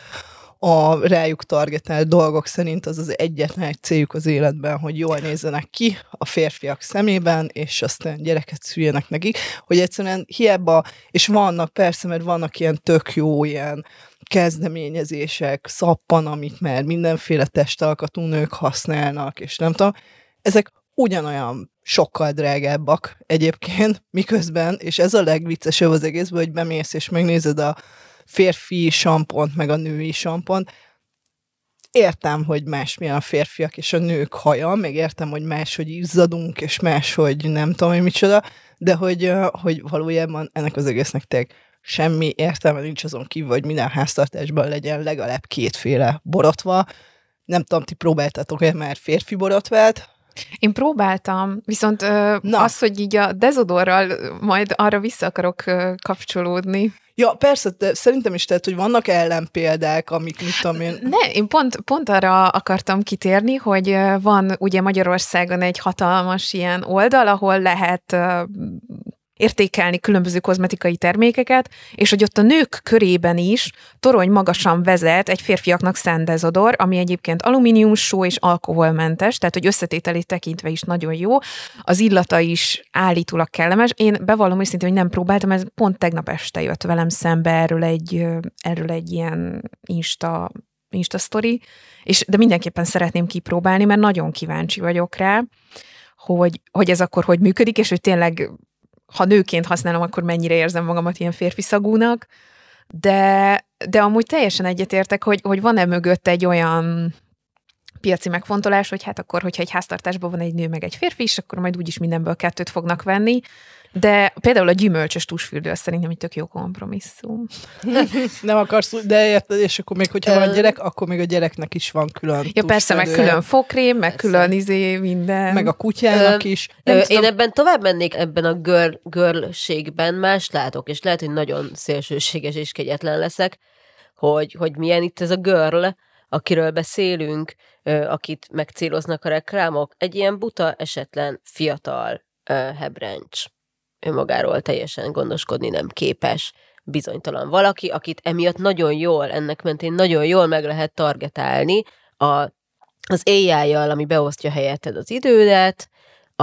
S1: a rájuk targetált dolgok szerint az az egyetlen egy céljuk az életben, hogy jól nézzenek ki a férfiak szemében, és aztán gyereket szüljenek nekik, hogy egyszerűen hiába, és vannak persze, mert vannak ilyen tök jó ilyen kezdeményezések, szappan, amit már mindenféle testalkatú nők használnak, és nem tudom, ezek ugyanolyan sokkal drágábbak egyébként, miközben, és ez a legviccesebb az egészben, hogy bemész és megnézed a férfi sampont, meg a női sampont. Értem, hogy másmilyen a férfiak és a nők haja, meg értem, hogy máshogy izzadunk, és máshogy nem tudom, hogy micsoda, de hogy, hogy valójában ennek az egésznek tényleg semmi értelme nincs azon kívül, hogy minden háztartásban legyen legalább kétféle borotva. Nem tudom, ti próbáltatok-e már férfi borotvát?
S2: Én próbáltam, viszont Na. az, hogy így a dezodorral majd arra vissza akarok kapcsolódni.
S1: Ja, persze, de szerintem is tehát, hogy vannak ellenpéldák, amik, mit tudom én...
S2: Ne, én pont, pont arra akartam kitérni, hogy van ugye Magyarországon egy hatalmas ilyen oldal, ahol lehet értékelni különböző kozmetikai termékeket, és hogy ott a nők körében is torony magasan vezet egy férfiaknak szánt dezodor, ami egyébként alumínium, só és alkoholmentes, tehát hogy összetételét tekintve is nagyon jó. Az illata is állítólag kellemes. Én bevallom őszintén, hogy nem próbáltam, ez pont tegnap este jött velem szembe erről egy, erről egy ilyen Insta, Insta sztori, és, de mindenképpen szeretném kipróbálni, mert nagyon kíváncsi vagyok rá, hogy, hogy ez akkor hogy működik, és hogy tényleg ha nőként használom, akkor mennyire érzem magamat ilyen férfi szagúnak, de, de amúgy teljesen egyetértek, hogy, hogy van-e mögött egy olyan piaci megfontolás, hogy hát akkor, hogyha egy háztartásban van egy nő meg egy férfi is, akkor majd úgyis mindenből kettőt fognak venni, de például a gyümölcsös tusfürdő szerintem egy tök jó kompromisszum.
S1: Nem akarsz, de érted, és akkor még, hogyha van gyerek, akkor még a gyereknek is van külön
S2: Ja persze, meg külön fokrém, meg persze. Külön izé minden.
S1: Meg a kutyának ö, is.
S3: Ö, én ebben tovább mennék, ebben a girl, girlségben más látok, és lehet, hogy nagyon szélsőséges és kegyetlen leszek, hogy, hogy milyen itt ez a girl, akiről beszélünk, ö, akit megcéloznak a reklámok, egy ilyen buta, esetlen fiatal ö, hebrencs. Önmagáról teljesen gondoskodni nem képes, bizonytalan valaki, akit emiatt nagyon jól, ennek mentén nagyon jól meg lehet targetálni a, az á í-jal, ami beosztja helyetted az idődet, a,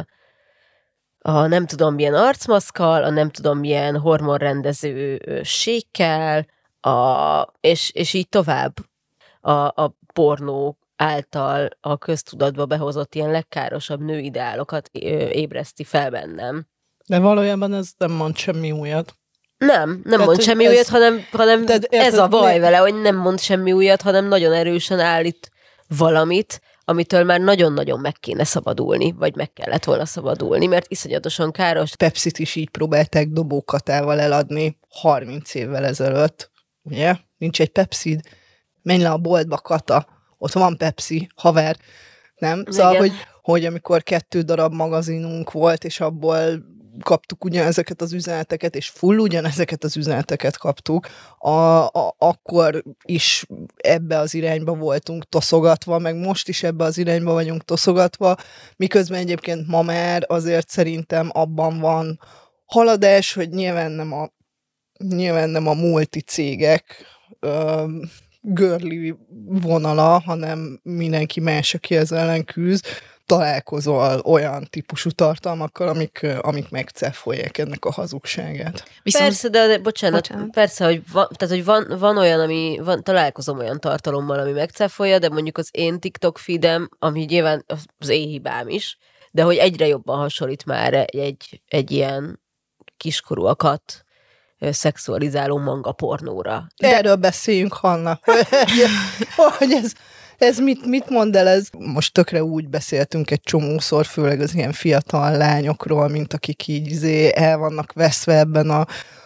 S3: a nem tudom milyen arcmaszkkal, a nem tudom milyen hormonrendező sékkel, a, és, és így tovább a, a pornó által a köztudatba behozott ilyen legkárosabb nőideálokat ébreszti fel bennem.
S1: De valójában ez nem mond semmi újat.
S3: Nem, nem tehát, mond semmi ez, újat, hanem, hanem tehát, ez érted, a baj ne... vele, hogy nem mond semmi újat, hanem nagyon erősen állít valamit, amitől már nagyon-nagyon meg kéne szabadulni, vagy meg kellett volna szabadulni, mert iszonyatosan káros.
S1: Pepsit is így próbálták dobókatával eladni harminc évvel ezelőtt, ugye? Nincs egy Pepsid, menj le a boltba, Kata, ott van Pepsi, haver, nem? Szóval, hogy, hogy amikor kettő darab magazinunk volt, és abból kaptuk ugyanezeket az üzeneteket, és full ugyanezeket az üzeneteket kaptuk, a, a, akkor is ebbe az irányba voltunk toszogatva, meg most is ebbe az irányba vagyunk toszogatva, miközben egyébként ma már azért szerintem abban van haladás, hogy nyilván nem a, nyilván nem a multicégek ö, girly vonala, hanem mindenki más, aki ezzel ellen küzd, találkozol olyan típusú tartalmakkal, amik, amik megcáfolják ennek a hazugságát.
S3: Viszont... Persze, de, de bocsánat, bocsánat, persze, hogy van, tehát, hogy van, van olyan, ami, van, találkozom olyan tartalommal, ami megcáfolja, de mondjuk az én TikTok feedem, ami nyilván az én hibám is, de hogy egyre jobban hasonlít már egy, egy ilyen kiskorúakat szexualizáló manga pornóra.
S1: De... Erről beszéljünk, Hanna. Hogy ez... Ez mit, mit mond el ez? Most tökre úgy beszéltünk egy csomószor, főleg az ilyen fiatal lányokról, mint akik így izé el vannak veszve ebben a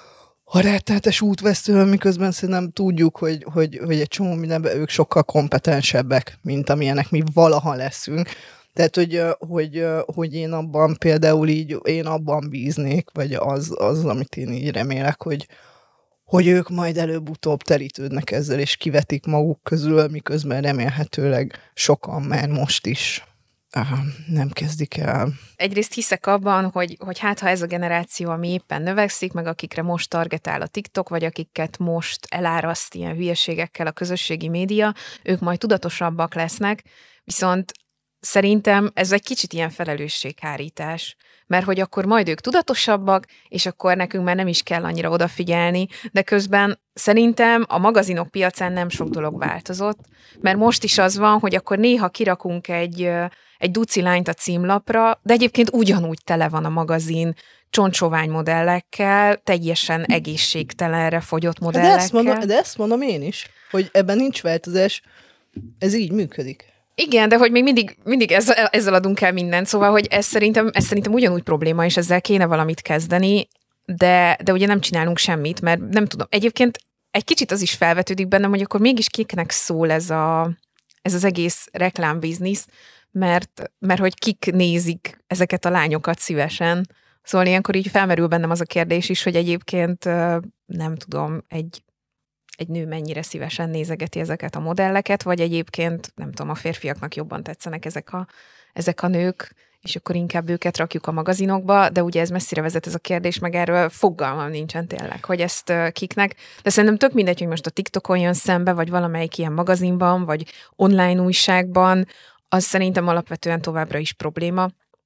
S1: a rettenetes útvesztően, miközben szerintem tudjuk, hogy, hogy, hogy egy csomó mindenben ők sokkal kompetensebbek, mint amilyenek mi valaha leszünk. Tehát, hogy, hogy, hogy én abban például így, én abban bíznék, vagy az, az amit én így remélek, hogy, hogy ők majd előbb-utóbb terítődnek ezzel, és kivetik maguk közül, miközben remélhetőleg sokan már most is Aha, nem kezdik el.
S2: Egyrészt hiszek abban, hogy, hogy hát ha ez a generáció, ami éppen növekszik, meg akikre most targetál a TikTok, vagy akiket most eláraszt ilyen hülyeségekkel a közösségi média, ők majd tudatosabbak lesznek, viszont szerintem ez egy kicsit ilyen felelősséghárítás, mert hogy akkor majd ők tudatosabbak, és akkor nekünk már nem is kell annyira odafigyelni, de közben szerintem a magazinok piacán nem sok dolog változott, mert most is az van, hogy akkor néha kirakunk egy, egy duci lányt a címlapra, de egyébként ugyanúgy tele van a magazin csontsovány modellekkel, teljesen egészségtelenre fogyott modellekkel.
S1: De ezt, mondom, de ezt mondom én is, hogy ebben nincs változás, ez így működik.
S2: Igen, de hogy még mindig, mindig ezzel, ezzel adunk el mindent, szóval, hogy ez szerintem, ez szerintem ugyanúgy probléma, és ezzel kéne valamit kezdeni, de, de ugye nem csinálunk semmit, mert nem tudom. Egyébként egy kicsit az is felvetődik bennem, hogy akkor mégis kiknek szól ez, a, ez az egész reklámbiznisz, mert, mert hogy kik nézik ezeket a lányokat szívesen. Szóval ilyenkor így felmerül bennem az a kérdés is, hogy egyébként nem tudom, egy egy nő mennyire szívesen nézegeti ezeket a modelleket, vagy egyébként, nem tudom, a férfiaknak jobban tetszenek ezek a, ezek a nők, és akkor inkább őket rakjuk a magazinokba, de ugye ez messzire vezet ez a kérdés, meg erről fogalmam nincsen tényleg, hogy ezt uh, kiknek. De szerintem tök mindegy, hogy most a TikTokon jön szembe, vagy valamelyik ilyen magazinban, vagy online újságban, az szerintem alapvetően továbbra is probléma,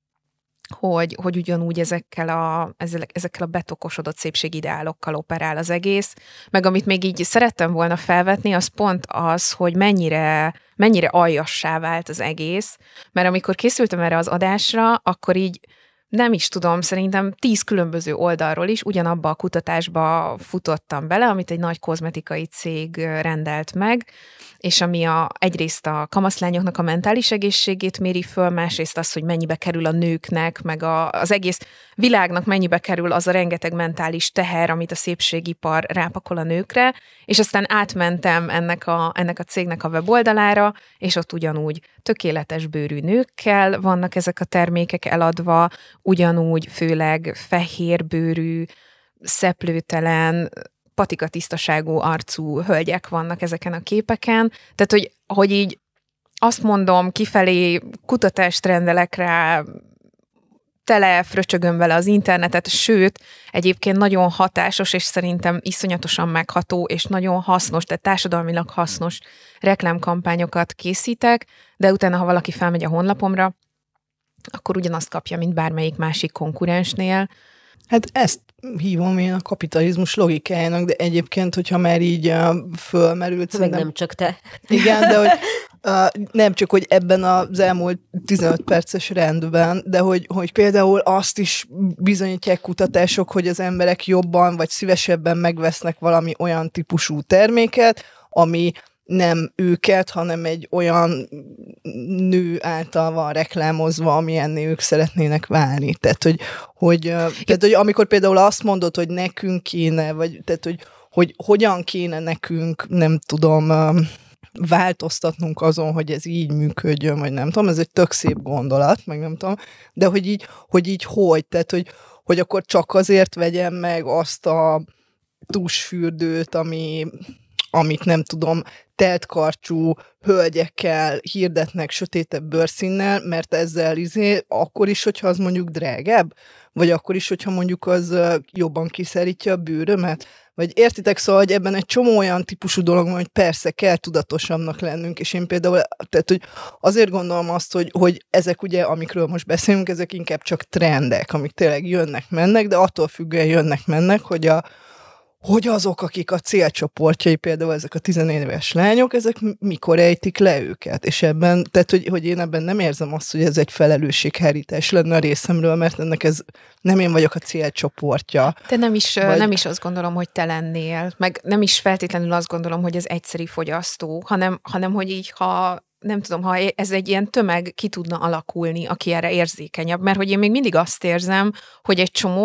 S2: hogy, hogy ugyanúgy ezekkel a, ezzel, ezekkel a betokosodott szépségideálokkal operál az egész. Meg amit még így szerettem volna felvetni, az pont az, hogy mennyire, mennyire aljassá vált az egész, mert amikor készültem erre az adásra, akkor így nem is tudom, szerintem tíz különböző oldalról is ugyanabba a kutatásba futottam bele, amit egy nagy kozmetikai cég rendelt meg, és ami a, egyrészt a kamaszlányoknak a mentális egészségét méri föl, másrészt az, hogy mennyibe kerül a nőknek, meg a, az egész világnak mennyibe kerül az a rengeteg mentális teher, amit a szépségipar rápakol a nőkre, és aztán átmentem ennek a, ennek a cégnek a weboldalára, és ott ugyanúgy tökéletes bőrű nőkkel vannak ezek a termékek eladva, ugyanúgy főleg fehérbőrű, szeplőtelen, patikatisztaságú arcú hölgyek vannak ezeken a képeken. Tehát, hogy, hogy így azt mondom, kifelé kutatást rendelek rá, tele fröcsögöm vele az internetet, sőt, egyébként nagyon hatásos, és szerintem iszonyatosan megható, és nagyon hasznos, tehát társadalmilag hasznos reklámkampányokat készítek, de utána, ha valaki felmegy a honlapomra, akkor ugyanazt kapja, mint bármelyik másik konkurensnél.
S1: Hát ezt hívom én a kapitalizmus logikájának, de egyébként, hogyha már így uh, fölmerült...
S3: Meg
S1: szerintem...
S3: nem csak te.
S1: Igen, de hogy uh, nem csak, hogy ebben az elmúlt tizenöt perces rendben, de hogy, hogy például azt is bizonyítják kutatások, hogy az emberek jobban vagy szívesebben megvesznek valami olyan típusú terméket, ami nem őket, hanem egy olyan nő által van reklámozva, amilyenné ők szeretnének válni. Tehát, hogy, hogy, tehát, hogy amikor például azt mondod, hogy nekünk kéne, vagy tehát, hogy, hogy hogyan kéne nekünk, nem tudom, változtatnunk azon, hogy ez így működjön, vagy nem tudom, ez egy tök szép gondolat, meg nem tudom, de hogy így, hogy így hogy, tehát, hogy, hogy akkor csak azért vegyem meg azt a tusfürdőt, ami amit nem tudom, teltkarcsú hölgyekkel hirdetnek sötétebb bőrszínnel, mert ezzel izé, akkor is, hogyha az mondjuk drágább? Vagy akkor is, hogyha mondjuk az jobban kiszerítja a bőrömet? Vagy értitek, szóval, hogy ebben egy csomó olyan típusú dolog van, hogy persze kell tudatosabbnak lennünk, és én például, tehát, hogy azért gondolom azt, hogy, hogy ezek ugye, amikről most beszélünk, ezek inkább csak trendek, amik tényleg jönnek, mennek, de attól függően jönnek, mennek, hogy a hogy azok, akik a célcsoportjai, például ezek a tizenéves lányok, ezek mikor ejtik le őket. És ebben, tehát, hogy, hogy én ebben nem érzem azt, hogy ez egy felelősséghárítás lenne a részemről, mert ennek ez nem én vagyok a célcsoportja.
S2: De nem is,
S1: vagy...
S2: nem is azt gondolom, hogy te lennél, meg nem is feltétlenül azt gondolom, hogy ez egyszeri fogyasztó, hanem, hanem hogy így, ha nem tudom, ha ez egy ilyen tömeg ki tudna alakulni, aki erre érzékenyebb, mert hogy én még mindig azt érzem, hogy egy csomóan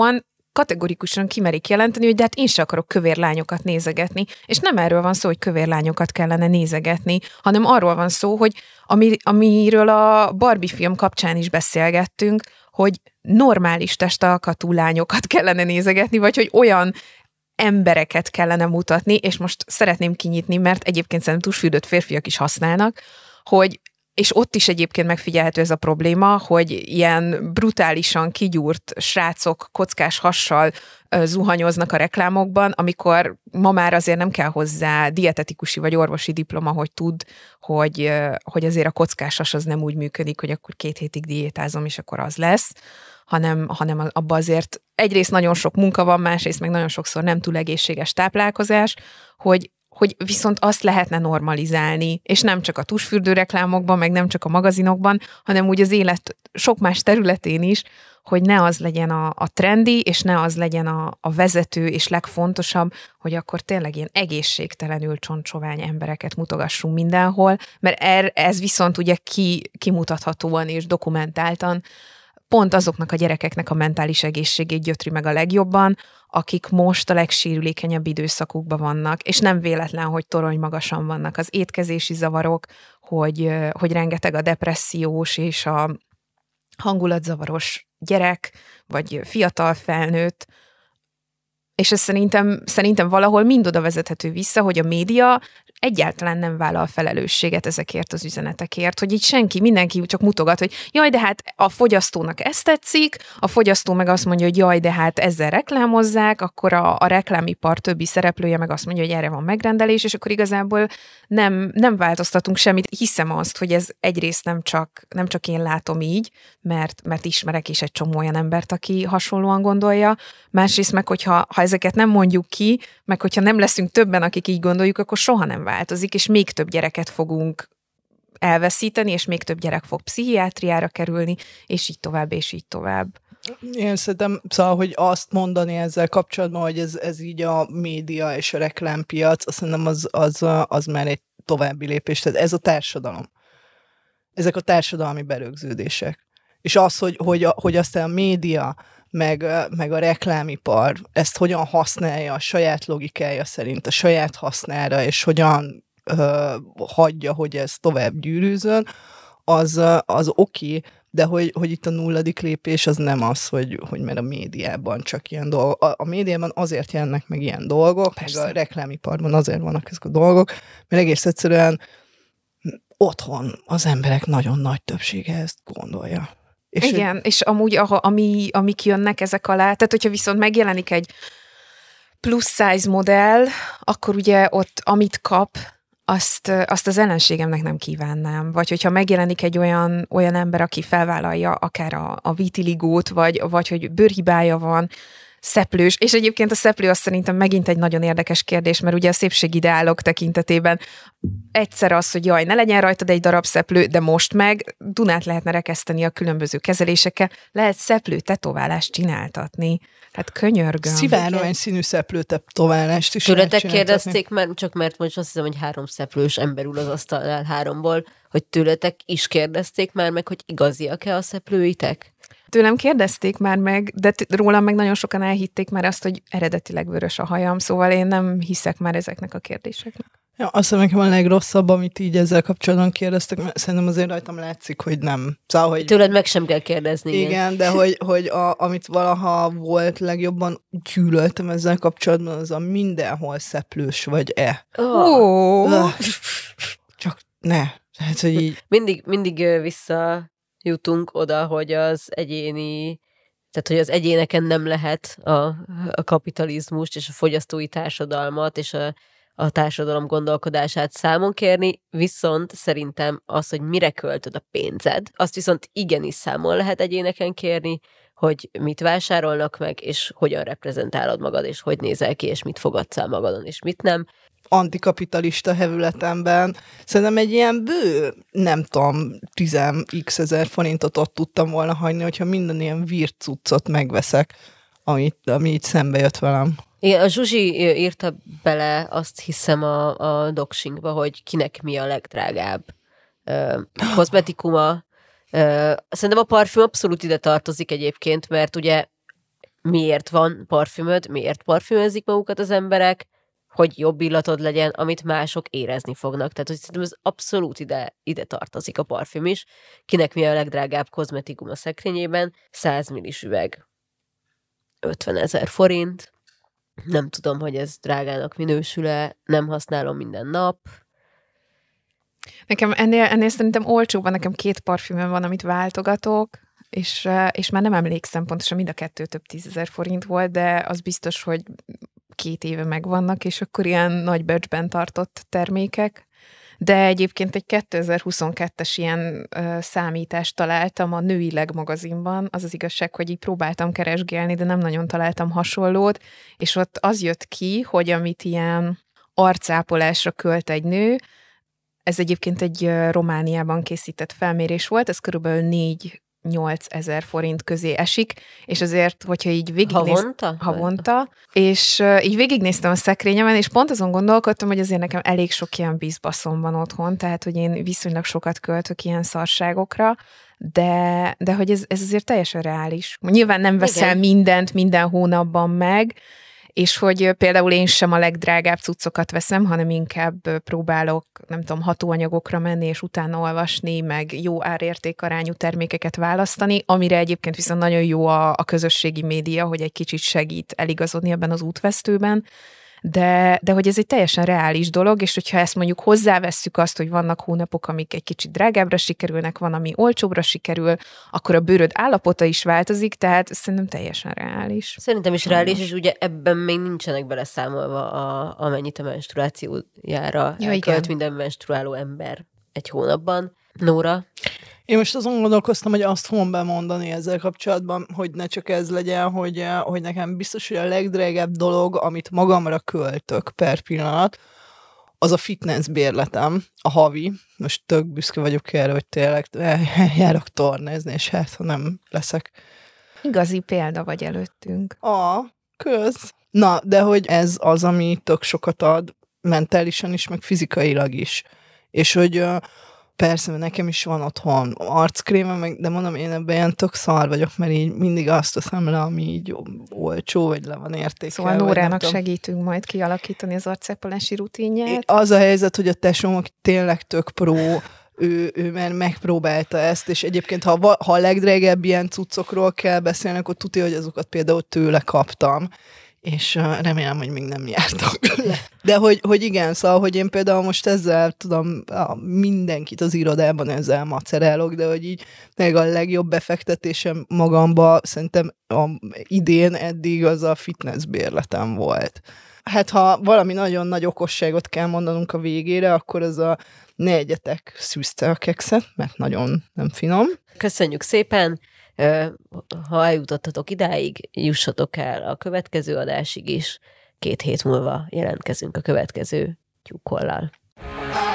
S2: kategorikusan kimerik jelenteni, hogy de hát én se akarok kövér lányokat nézegetni, és nem erről van szó, hogy kövér lányokat kellene nézegetni, hanem arról van szó, hogy ami, amiről a Barbie film kapcsán is beszélgettünk, hogy normális testalkatú lányokat kellene nézegetni, vagy hogy olyan embereket kellene mutatni, és most szeretném kinyitni, mert egyébként szerintem tusfürdőt férfiak is használnak, hogy és ott is egyébként megfigyelhető ez a probléma, hogy ilyen brutálisan kigyúrt srácok kockás hassal zuhanyoznak a reklámokban, amikor ma már azért nem kell hozzá dietetikusi vagy orvosi diploma, hogy tud, hogy, hogy azért a kockás has az nem úgy működik, hogy akkor két hétig diétázom, és akkor az lesz, hanem, hanem abban azért egyrészt nagyon sok munka van, másrészt meg nagyon sokszor nem túl egészséges táplálkozás, hogy hogy viszont azt lehetne normalizálni, és nem csak a tusfürdő reklámokban, meg nem csak a magazinokban, hanem úgy az élet sok más területén is, hogy ne az legyen a, a trendi, és ne az legyen a, a vezető, és legfontosabb, hogy akkor tényleg ilyen egészségtelenül csontsovány embereket mutogassunk mindenhol, mert er, ez viszont ugye ki, kimutathatóan és dokumentáltan pont azoknak a gyerekeknek a mentális egészségét gyötri meg a legjobban, akik most a legsérülékenyebb időszakukban vannak, és nem véletlen, hogy torony magasan vannak az étkezési zavarok, hogy, hogy rengeteg a depressziós és a hangulatzavaros gyerek, vagy fiatal felnőtt, és ez szerintem, szerintem valahol mind oda vezethető vissza, hogy a média egyáltalán nem vállal felelősséget ezekért az üzenetekért, hogy így senki, mindenki csak mutogat, hogy jaj, de hát a fogyasztónak ezt tetszik, a fogyasztó meg azt mondja, hogy jaj, de hát ezzel reklámozzák, akkor a, a reklámipar többi szereplője meg azt mondja, hogy erre van megrendelés, és akkor igazából nem, nem változtatunk semmit. Hiszem azt, hogy ez egyrészt nem csak, nem csak én látom így, mert, mert ismerek is egy csomó olyan embert, aki hasonlóan gondolja, másrészt meg, hogyha ha ezeket nem mondjuk ki, meg hogyha nem leszünk többen, akik így gondoljuk, akkor soha nem változik, és még több gyereket fogunk elveszíteni, és még több gyerek fog pszichiátriára kerülni, és így tovább, és így tovább.
S1: Én szerintem, szóval, hogy azt mondani ezzel kapcsolatban, hogy ez, ez így a média és a reklámpiac, azt szerintem az, az, az már egy további lépés. Tehát ez a társadalom. Ezek a társadalmi berögződések. És az, hogy, hogy, hogy aztán a média, meg, meg a reklámipar ezt hogyan használja a saját logikája szerint, a saját hasznára, és hogyan ö, hagyja, hogy ez tovább gyűrűzön, az, az oké, de hogy, hogy itt a nulladik lépés az nem az, hogy, hogy mert a médiában csak ilyen dolgok. A, a médiában azért jelennek meg ilyen dolgok, Persze. meg a reklámiparban azért vannak ezek a dolgok, mert egész egyszerűen otthon az emberek nagyon nagy többsége ezt gondolja.
S2: És igen, hogy... és amúgy a, ami, amik jönnek ezek alá, tehát hogyha viszont megjelenik egy plusz size modell, akkor ugye ott amit kap, azt, azt az ellenségemnek nem kívánnám. Vagy hogyha megjelenik egy olyan, olyan ember, aki felvállalja akár a, a vitiligót, vagy, vagy hogy bőrhibája van, szeplős, és egyébként a szeplő azt szerintem megint egy nagyon érdekes kérdés, mert ugye a szépségideálok tekintetében egyszer az, hogy jaj, ne legyen rajtad egy darab szeplő, de most meg Dunát lehetne rekeszteni a különböző kezelésekkel, lehet szeplő tetoválást csináltatni. Hát könyörgöm.
S1: Szivárvány színű szeplő tetoválást is
S3: tőletek kérdezték, mert csak mert most azt hiszem, hogy három szeplős ember ül az asztalnál háromból, hogy tőletek is kérdezték már meg, hogy igaziak-e a szeplőitek?
S2: Tőlem kérdezték már meg, de t- rólam meg nagyon sokan elhitték már azt, hogy eredetileg vörös a hajam, szóval én nem hiszek már ezeknek a kérdéseknek.
S1: Ja, azt hiszem, nekem a legrosszabb, amit így ezzel kapcsolatban kérdeztek, mert szerintem azért rajtam látszik, hogy nem. Szóval, hogy...
S3: Tőled meg sem kell kérdezni.
S1: Igen, igen de hogy, hogy a, amit valaha volt legjobban gyűlöltem ezzel kapcsolatban, az a mindenhol szeplős vagy-e.
S2: Oh.
S1: Oh. Csak ne. Tehát, hogy így...
S3: Mindig, mindig vissza... jutunk oda, hogy az egyéni, tehát hogy az egyéneken nem lehet a, a kapitalizmust és a fogyasztói társadalmat és a, a társadalom gondolkodását számon kérni, viszont szerintem az, hogy mire költöd a pénzed, azt viszont igenis számon lehet egyéneken kérni, hogy mit vásárolnak meg, és hogyan reprezentálod magad, és hogy nézel ki, és mit fogadsz el magadon, és mit nem.
S1: Antikapitalista hevületemben szerintem egy ilyen bő, nem tudom, tíz x ezer forintot ott tudtam volna hagyni, hogyha minden ilyen vircuccot megveszek, amit, ami így szembe jött velem.
S3: Igen, a Zsuzsi írta bele azt hiszem a, a doxingba, hogy kinek mi a legdrágább uh, kozmetikuma. Uh, szerintem a parfüm abszolút ide tartozik egyébként, mert ugye miért van parfümöd, miért parfümözik magukat az emberek, hogy jobb illatod legyen, amit mások érezni fognak. Tehát, hogy szerintem ez abszolút ide, ide tartozik a parfüm is. Kinek mi a legdrágább kozmetikum a szekrényében? száz millis üveg. ötvenezer forint. Nem tudom, hogy ez drágának minősül-e, nem használom minden nap.
S2: Nekem ennél, ennél szerintem olcsóban, nekem két parfümöm van, amit váltogatok, és, és már nem emlékszem pontosan, mind a kettő több tízezer forint volt, de az biztos, hogy két éve megvannak, és akkor ilyen nagy becsben tartott termékek. De egyébként egy kétezer-huszonkettes ilyen ö, számítást találtam a Nőileg magazinban. Az az igazság, hogy így próbáltam keresgélni, de nem nagyon találtam hasonlót, és ott az jött ki, hogy amit ilyen arcápolásra költ egy nő, ez egyébként egy ö, Romániában készített felmérés volt, ez körülbelül négy nyolc ezer forint közé esik, és azért, hogyha így végignéztem...
S3: Havonta?
S2: Havonta. És uh, így végignéztem a szekrényemen, és pont azon gondolkodtam, hogy azért nekem elég sok ilyen bizbaszom van otthon, tehát, hogy én viszonylag sokat költök ilyen szarságokra, de, de hogy ez, ez azért teljesen reális. Nyilván nem veszel Igen. mindent minden hónapban meg, és hogy például én sem a legdrágább cuccokat veszem, hanem inkább próbálok, nem tudom, hatóanyagokra menni, és utána olvasni, meg jó árértékarányú termékeket választani, amire egyébként viszont nagyon jó a, a közösségi média, hogy egy kicsit segít eligazodni ebben az útvesztőben, de, de hogy ez egy teljesen reális dolog, és hogyha ezt mondjuk hozzávesszük azt, hogy vannak hónapok, amik egy kicsit drágábbra sikerülnek, van, ami olcsóbbra sikerül, akkor a bőröd állapota is változik, tehát szerintem teljesen reális.
S3: Szerintem is reális, és ugye ebben még nincsenek beleszámolva a, amennyit a menstruációjára ja, elkölt minden menstruáló ember egy hónapban. Nóra?
S1: Én most azon gondolkoztam, hogy azt fogom bemondani ezzel kapcsolatban, hogy ne csak ez legyen, hogy, hogy nekem biztos, hogy a legdrágább dolog, amit magamra költök per pillanat, az a fitness bérletem, a havi. Most tök büszke vagyok erre, hogy tényleg járok tornázni, és hát, ha nem leszek.
S2: Igazi példa vagy előttünk.
S1: A, köz. Na, de hogy ez az, ami tök sokat ad, mentálisan is, meg fizikailag is. És hogy... Persze, mert nekem is van otthon arckrémem, meg, de mondom, én ebben ilyen tök szar vagyok, mert így mindig azt teszem le, ami így olcsó, vagy le van értékelve.
S2: Szóval Nórának segítünk majd kialakítani az arcápolási rutinját.
S1: Az a helyzet, hogy a tesóm, aki tényleg tök pró, ő, ő már megpróbálta ezt, és egyébként, ha, ha a legdrágább ilyen cuccokról kell beszélni, akkor tudja, hogy azokat például tőle kaptam, és uh, remélem, hogy még nem jártak le. De hogy, hogy igen, szóval, hogy én például most ezzel tudom, mindenkit az irodában ezzel macerálok, de hogy így meg a legjobb befektetésem magamba szerintem a, idén eddig az a fitness bérletem volt. Hát ha valami nagyon nagy okosságot kell mondanunk a végére, akkor az a ne egyetek szűzte a kekszet, mert nagyon nem finom.
S3: Köszönjük szépen! Ha eljutottatok idáig, jussatok el a következő adásig is. Két hét múlva jelentkezünk a következő tyúkollal.